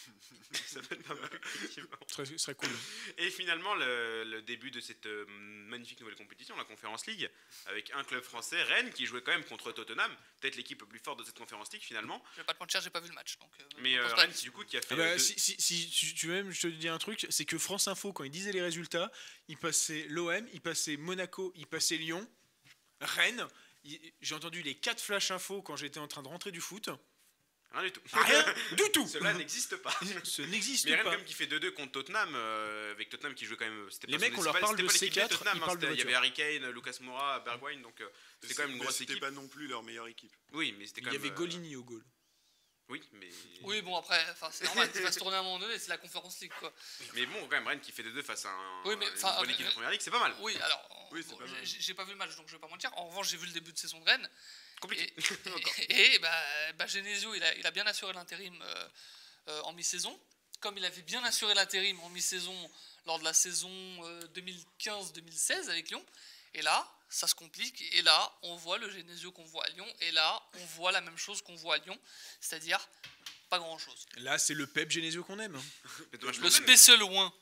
Ça peut être pas mal, effectivement. Ce serait, ce serait cool. Et finalement, le, le début de cette euh, magnifique nouvelle compétition, la Conférence League, avec un club français, Rennes, qui jouait quand même contre Tottenham, peut-être l'équipe la plus forte de cette Conférence League finalement. Je vais pas te mentir, j'ai pas vu le match. Donc, euh, Mais me euh, pose pas Rennes, la qui, du coup, qui a fait. Ah bah, euh, deux- si, si, si tu, tu veux même, je te dis un truc, c'est que France Info, quand il disait les résultats, il passait l'O M, il passait Monaco, il passait Lyon, Rennes. Il- J'ai entendu les quatre flash infos quand j'étais en train de rentrer du foot. Rien du tout. Rien du tout. Cela n'existe pas. Ce n'existe Mais Rennes, pas. quand même, qui fait deux deux contre Tottenham, euh, avec Tottenham qui jouait quand même. C'était Les pas mecs, son- on c'est leur pas- parle c'était de pas l'équipe C quatre, Tottenham, ils hein, parlent de c'était- Il y avait voiture. Harry Kane, Lucas Moura, Bergwijn, donc euh, c'était quand même une Mais grosse C'était équipe. pas non plus leur meilleure équipe. Oui, mais c'était Il quand y même. avait euh, Golini au goal. Oui, mais. Oui, bon, après, enfin, c'est normal, ça va se tourner à un moment donné, c'est la Conférence League, quoi. Mais bon, quand même, Rennes qui fait deux deux face à un, Oui, mais, une enfin, bonne euh, équipe de première ligue, c'est pas mal. Oui, alors, Oui, c'est bon, pas mal. j'ai j'ai pas vu le match, donc je vais pas mentir. En revanche, j'ai vu le début de saison de Rennes. Compliqué. Et, Encore. et, et, bah, bah, Genesio, il a, il a bien assuré l'intérim euh, euh, en mi-saison. Comme il avait bien assuré l'intérim en mi-saison lors de la saison euh, deux mille quinze deux mille seize avec Lyon. Et là, ça se complique. Et là, on voit le Genesio qu'on voit à Lyon. Et là, on voit la même chose qu'on voit à Lyon. C'est-à-dire pas grand chose. Là, c'est le Pep Genesio qu'on aime. Mais dommage Le pour Rennes. Special One.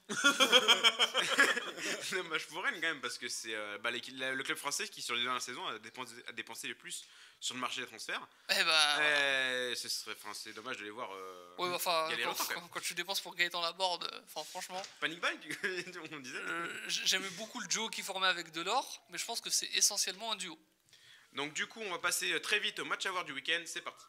Dommage pour Rennes quand même, parce que c'est euh, bah, l'équipe- la- le club français qui, sur les dernières saisons, a dépensé, a dépensé le plus sur le marché des transferts. Eh bah. Euh, ce serait, enfin, c'est dommage de les voir. Euh, Ouais, bah, enfin, galérer quand, longtemps, quand même. quand- quand tu dépenses pour Gaëtan Laborde, euh, enfin, franchement, Panic buy, on disait. euh, j- j'aimais beaucoup le duo qui formait avec Delors, mais je pense que c'est essentiellement un duo. Donc du coup, on va passer euh, très vite au match à voir du week-end. C'est parti.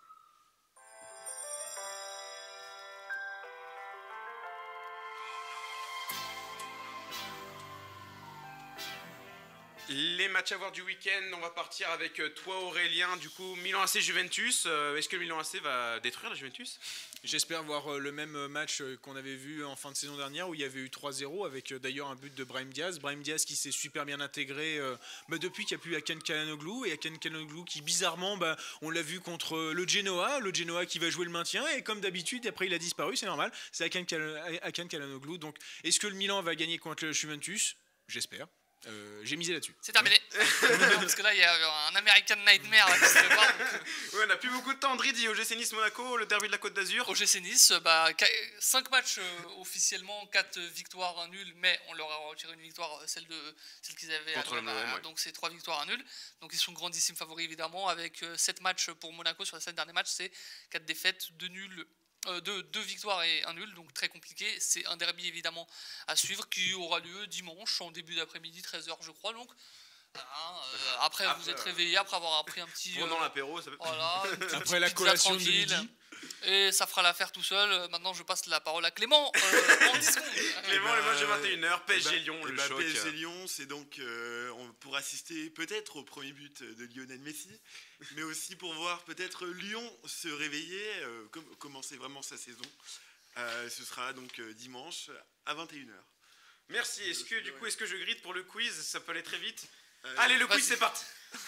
Les matchs à voir du week-end, on va partir avec euh, toi Aurélien. Du coup, Milan A C Juventus. Euh, Est-ce que le Milan A C va détruire la Juventus? J'espère voir euh, le même match euh, qu'on avait vu en fin de saison dernière où il y avait eu trois zéro avec euh, d'ailleurs un but de Brahim Diaz. Brahim Diaz qui s'est super bien intégré euh, bah, depuis qu'il n'y a plus Hakan Çalhanoğlu et Hakan Çalhanoğlu qui bizarrement, bah, on l'a vu contre euh, le Genoa, le Genoa qui va jouer le maintien et comme d'habitude après il a disparu, c'est normal, c'est Hakan Çal- Hakan Çalhanoğlu. Donc est-ce que le Milan va gagner contre le Juventus? J'espère. Euh, J'ai misé là-dessus. C'est terminé. Parce que là, il y a un American Nightmare là, qui se prépare. donc, euh, Ouais, on n'a plus beaucoup de temps. Dridi, O G C Nice Monaco, le derby de la Côte d'Azur. O G C Nice, bah, cinq matchs euh, officiellement, quatre victoires, un nul, mais on leur a retiré une victoire, euh, celle, de, celle qu'ils avaient Contre à- le Monaco, à- ouais. donc c'est trois victoires, un nul. Donc ils sont grandissimes favoris évidemment, avec euh, sept matchs pour Monaco sur les sept derniers matchs, c'est quatre défaites, deux nuls. Euh, deux, deux victoires et un nul, donc très compliqué. C'est un derby évidemment à suivre qui aura lieu dimanche en début d'après-midi, treize heures je crois. Donc hein, euh, après, Après, vous êtes euh, réveillé, après avoir pris un petit. Pendant euh, l'apéro, ça peut. voilà, une petite Après la pizza collation de tranquille. midi. Et ça fera l'affaire tout seul. Euh, Maintenant, je passe la parole à Clément. Euh, en dix secondes. Clément, le match de bah, vingt et une heures, P S G Eh ben- Lyon, eh le ben, choc. P S G Lyon, c'est donc euh, on- pour assister peut-être au premier but de Lionel Messi, mais aussi pour voir peut-être Lyon se réveiller, euh, com- commencer vraiment sa saison. Euh, ce sera donc euh, dimanche à vingt et une heures. Merci. Est-ce que du coup, est-ce que je grite pour le quiz? Ça peut aller très vite. Euh, Allez, le vas-y. quiz, c'est parti.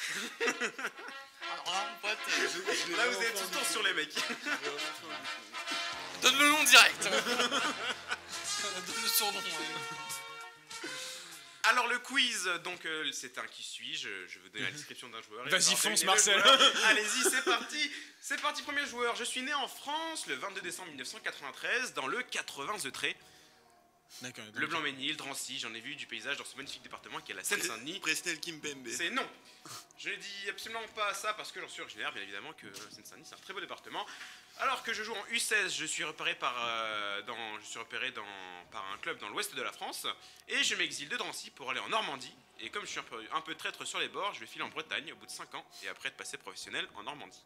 Alors là, mon pote, je- je vais Là, vous vraiment êtes faire tout le un temps sur les mecs. Je vais vraiment faire un donne le nom direct. Donne le surnom. ouais. Alors le quiz, donc euh, c'est un qui suis-je. Je vais vous donner la description d'un joueur. et Vas-y, je vais fonce, donner le Marcel. joueur. Allez-y, c'est parti. C'est parti, premier joueur. Je suis né en France le vingt-deux décembre mille neuf cent quatre-vingt-treize dans le quatre-vingts Tré. D'accord. Le Blanc-Ménil, Drancy, j'en ai vu du paysage dans ce magnifique département qui est la Seine-Saint-Denis. Presnel Kimpembe. C'est non. Je ne dis absolument pas ça parce que j'en suis originaire, bien évidemment, que Seine-Saint-Denis c'est un très beau département. Alors que je joue en U seize, je suis repéré par, euh, dans, je suis repéré dans, par un club dans l'ouest de la France et je m'exile de Drancy pour aller en Normandie. Et comme je suis un peu, un peu traître sur les bords, je vais filer en Bretagne au bout de cinq ans et après être passé professionnel en Normandie.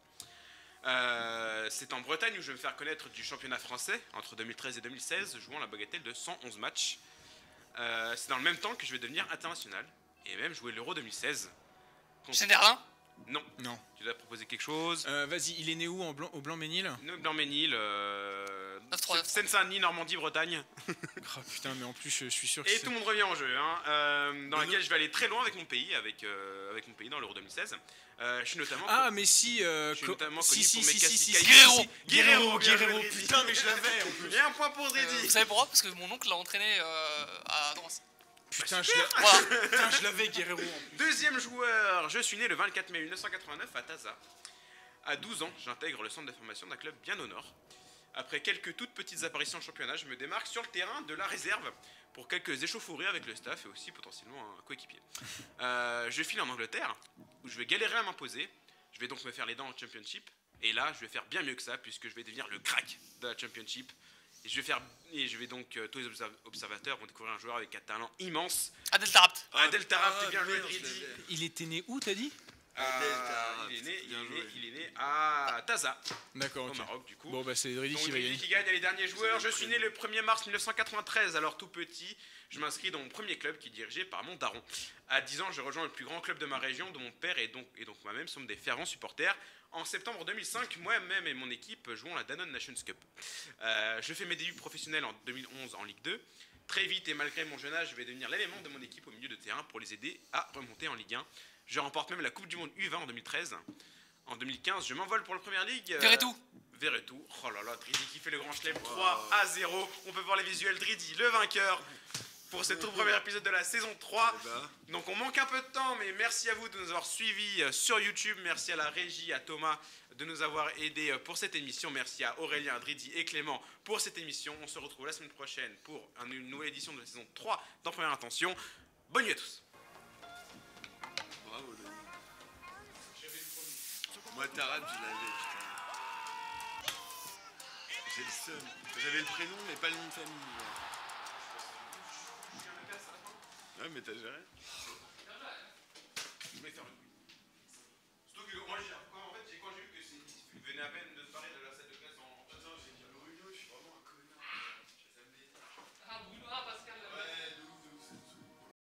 Euh, c'est en Bretagne où je vais me faire connaître du championnat français entre deux mille treize et deux mille seize, jouant la bagatelle de cent onze matchs. Euh, c'est dans le même temps que je vais devenir international et même jouer l'Euro deux mille seize. Contre- Général. Non, Non. tu dois proposer quelque chose. Euh, Vas-y, il est né où en blanc, au Blanc-Ménil? Nous, Blanc-Ménil, euh, neuf trois. Seine-Saint-Denis, Normandie, Bretagne. Ah putain, mais en plus, je suis sûr que Et c'est... tout le monde revient en jeu, hein, euh, dans Mais lequel je vais aller très loin avec mon pays, avec, euh, avec mon pays dans l'Euro deux mille seize. Euh, je suis notamment. Ah, mais si... Euh, Je suis co- notamment si, connu si, pour si, mes si, si, cassis- si, Guerrero. si. Guerrero, Guerrero, Guerrero, Guerrero, putain, mais je l'avais en plus. Et un point pour Euh, Dridi. vous savez pourquoi? Parce que mon oncle l'a entraîné euh, à Drancy. Putain, je l'a- Voilà. putain, je l'avais, Guerrero. en plus. Deuxième joueur, je suis né le vingt-quatre mai mille neuf cent quatre-vingt-neuf à Taza. À douze ans, j'intègre le centre de formation d'un club bien au nord. Après quelques toutes petites apparitions en championnat, je me démarque sur le terrain de la réserve pour quelques échauffourées avec le staff et aussi potentiellement un coéquipier. Euh, je file en Angleterre où je vais galérer à m'imposer. Je vais donc me faire les dents en Championship. Et là, je vais faire bien mieux que ça puisque je vais devenir le crack de la Championship. Et je vais, faire, et je vais donc, euh, tous les observ- observateurs vont découvrir un joueur avec un talent immense. Adel Tarabt. Adel Tarabt, ah, c'est bien joué, merde, je Dridi. l'avais. Il était né où, t'as dit? Ah, Adel Tarabt, il est né, il bien est né, joué. il est né à Taza, D'accord, au ok. Maroc, du coup. Bon, bah c'est Dridi Donc qui va Dridi gagner. qui gagne, les derniers joueurs. Je avez suis le né le premier mars mille neuf cent quatre-vingt-treize, alors tout petit. Je m'inscris dans mon premier club qui est dirigé par mon daron. À dix ans, je rejoins le plus grand club de ma région, dont mon père et donc, et donc moi-même sommes des fervents supporters. En septembre deux mille cinq, moi-même et mon équipe jouons la Danone Nations Cup. Euh, je fais mes débuts professionnels en deux mille onze en Ligue deux. Très vite et malgré mon jeune âge, je vais devenir l'élément de mon équipe au milieu de terrain pour les aider à remonter en Ligue un. Je remporte même la Coupe du Monde U vingt en deux mille treize. En deux mille quinze, je m'envole pour la Première Ligue. euh, Verretou. Verretou. Oh là là, Dridi qui fait le grand chelem trois à zéro. On peut voir les visuels. Dridi, le vainqueur. pour ce tout premier épisode de la saison trois. Eh ben, Donc on manque un peu de temps, mais merci à vous de nous avoir suivis euh, sur YouTube. Merci à la régie, à Thomas de nous avoir aidés euh, pour cette émission. Merci à Aurélien, Dridi et Clément pour cette émission. On se retrouve la semaine prochaine pour une nouvelle édition de la saison trois dans Première Intention. Bonne nuit à tous. bravo, Denis. Moi, Tarab, je l'avais, putain. J'ai le seul. J'avais le prénom, mais pas le nom de famille. Ouais, ouais mais t'as géré. Je voulais faire le bruit. Surtout que moi, j'ai- quand, en fait, j'ai- quand j'ai vu que c'est- il venait à peine